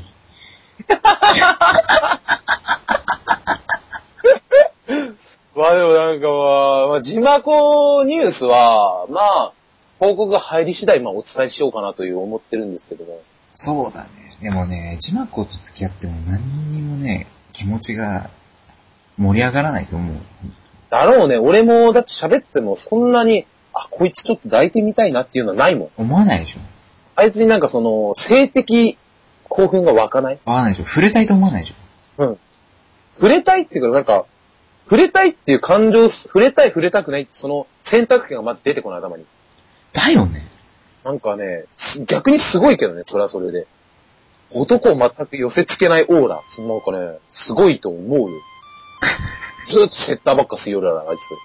[SPEAKER 1] まあでもなんかまあ、ジマコニュースは、まあ、報告が入り次第、まあお伝えしようかなという思ってるんですけども。
[SPEAKER 2] そうだね。でもね、ジマコと付き合っても何にもね、気持ちが盛り上がらないと思う。
[SPEAKER 1] だろうね。俺も、だって喋ってもそんなに、あ、こいつちょっと抱いてみたいなっていうのはないもん。
[SPEAKER 2] 思わないでしょ。
[SPEAKER 1] あいつになんかその、性的興奮が湧かない？
[SPEAKER 2] 湧かないでしょ。触れたいと思わないでし
[SPEAKER 1] ょ。うん。触れたいっていうか、なんか、触れたいっていう感情、触れたい触れたくないってその選択権がまず出てこない頭に。
[SPEAKER 2] だよね。
[SPEAKER 1] なんかね、逆にすごいけどね、それはそれで。男を全く寄せ付けないオーラ。なんかね、すごいと思うよ。ずっとセッターばっかするよらな、あいつ。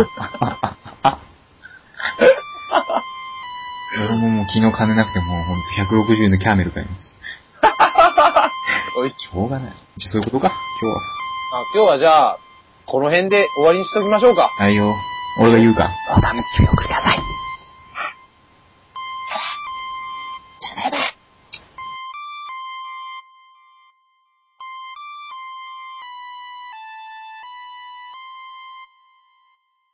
[SPEAKER 2] 俺ももう昨日金なくてもうほんとひゃくろくじゅうえんのキャーメル買いました。おいしょうがない。じゃそういうことか、今日は。
[SPEAKER 1] あ、今日はじゃあ、この辺で終わりにしておきましょうか。
[SPEAKER 2] はいよ。俺が言うか。
[SPEAKER 3] お試しをください。